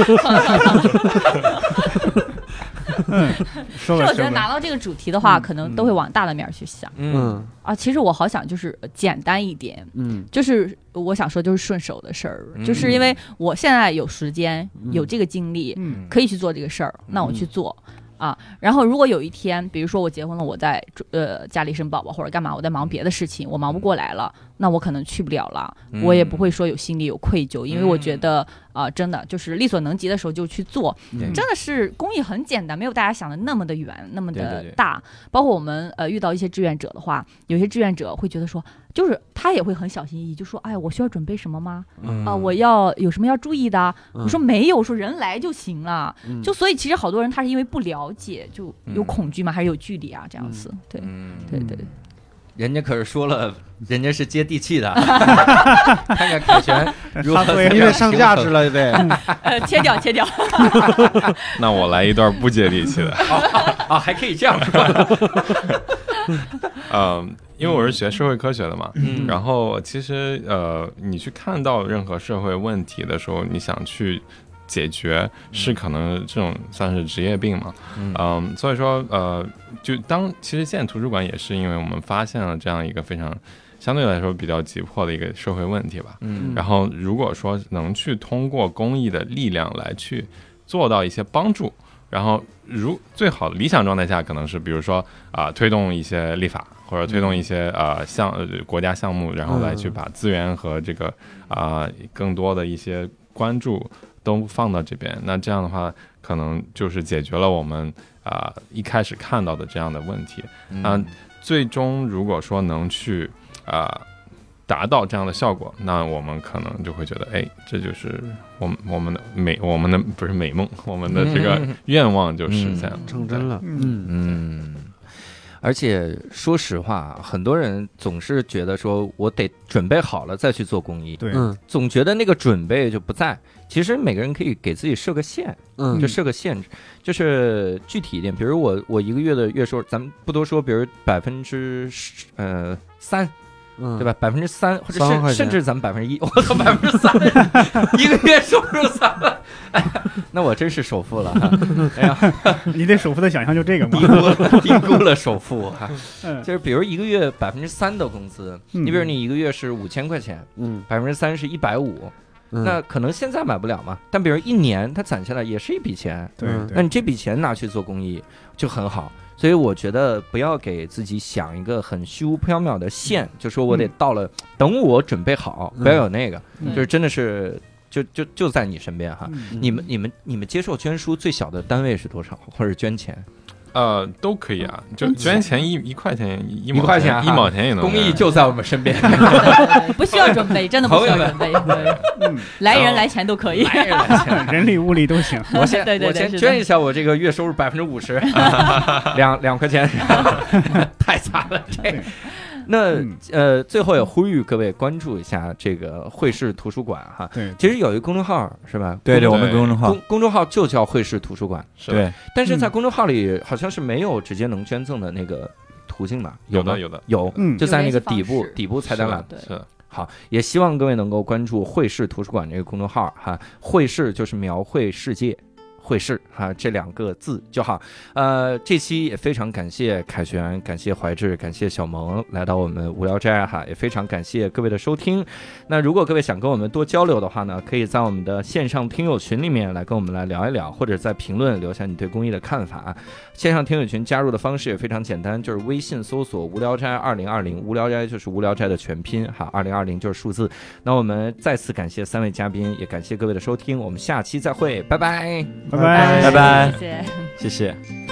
了。是我觉得拿到这个主题的话，可能都会往大的面去想。其实我好想就是简单一点。就是我想说就是顺手的事儿，就是因为我现在有时间，有这个精力，可以去做这个事儿，那我去做。然后如果有一天，比如说我结婚了，我在家里生宝宝或者干嘛，我在忙别的事情，我忙不过来了，那我可能去不了了，我也不会说有心里有愧疚，因为我觉得真的就是力所能及的时候就去做，真的是公益很简单，没有大家想的那么的远，那么的大。包括我们遇到一些志愿者的话，有些志愿者会觉得说，就是他也会很小心翼翼，就说哎，我需要准备什么吗？我要有什么要注意的？我说没有，我说人来就行了。就所以其实好多人他是因为不了解，就有恐惧嘛，还是有距离啊，这样子。对。
人家可是说了，人家是接地气的。看看凯旋如何
因为上价值了，对。
切掉。
那我来一段不接地气的。
还可以这样说。
因为我是学社会科学的嘛，然后其实你去看到任何社会问题的时候，你想去解决，是可能这种算是职业病嘛。所以说就其实现在图书馆也是因为我们发现了这样一个非常相对来说比较急迫的一个社会问题吧。然后如果说能去通过公益的力量来去做到一些帮助，然后最好的理想状态下可能是比如说推动一些立法，或者推动一些国家项目，然后来去把资源和这个更多的一些关注都放到这边，那这样的话可能就是解决了我们一开始看到的这样的问题。最终如果说能去达到这样的效果，那我们可能就会觉得，哎，这就是我们的不是美梦，我们的这个愿望就实现了，
成真了。
而且说实话，很多人总是觉得说我得准备好了再去做公益，
对，
总觉得那个准备就不在。其实每个人可以给自己设个限，就设个限制，就是具体一点，比如我一个月的月收入，咱们不多说，比如3%，对吧？3%，或者甚至咱们1%，我操，3%，一个月收入3万，那我真是首富了哈！哎呀，
你对首富的想象就这个吗？
低估了首富哈。就是比如一个月3%的工资，你比如你一个月是5000块钱，3%是150。那可能现在买不了嘛，但比如1年它攒下来也是一笔钱，
对，
那你这笔钱拿去做公益就很好。所以我觉得不要给自己想一个很虚无缥缈的线，就说我得到了，等我准备好，不要有那个，就是真的是就在你身边哈。你们接受捐书最小的单位是多少，或者捐钱？
都可以啊，就捐钱1块钱1
块钱
1毛钱也能。
公益就在我们身边，
不需要准备，真的不需要准备，来人来钱都可以，
人力物力都行。
我先捐一下我这个月收入50%，2块钱，太惨了这。那最后也呼吁各位关注一下这个汇市图书馆哈。
对，
其实有一个公众号是吧？
对，我们公众号
就叫汇市图书馆。
对，
但是在公众号里好像是没有直接能捐赠的那个途径吧？有，就在那个底部菜单栏。
是。
好，也希望各位能够关注汇市图书馆这个公众号哈。汇市就是描绘世界。汇市哈，这2个字就好。这期也非常感谢凯旋，感谢怀志，感谢小萌来到我们无聊斋哈，也非常感谢各位的收听。那如果各位想跟我们多交流的话呢，可以在我们的线上听友群里面来跟我们来聊一聊，或者在评论留下你对公益的看法。线上听友群加入的方式也非常简单，就是微信搜索无聊斋2020，无聊斋就是无聊斋的全拼哈，2020就是数字。那我们再次感谢3位嘉宾，也感谢各位的收听，我们下期再会，拜拜。
拜拜，
谢谢。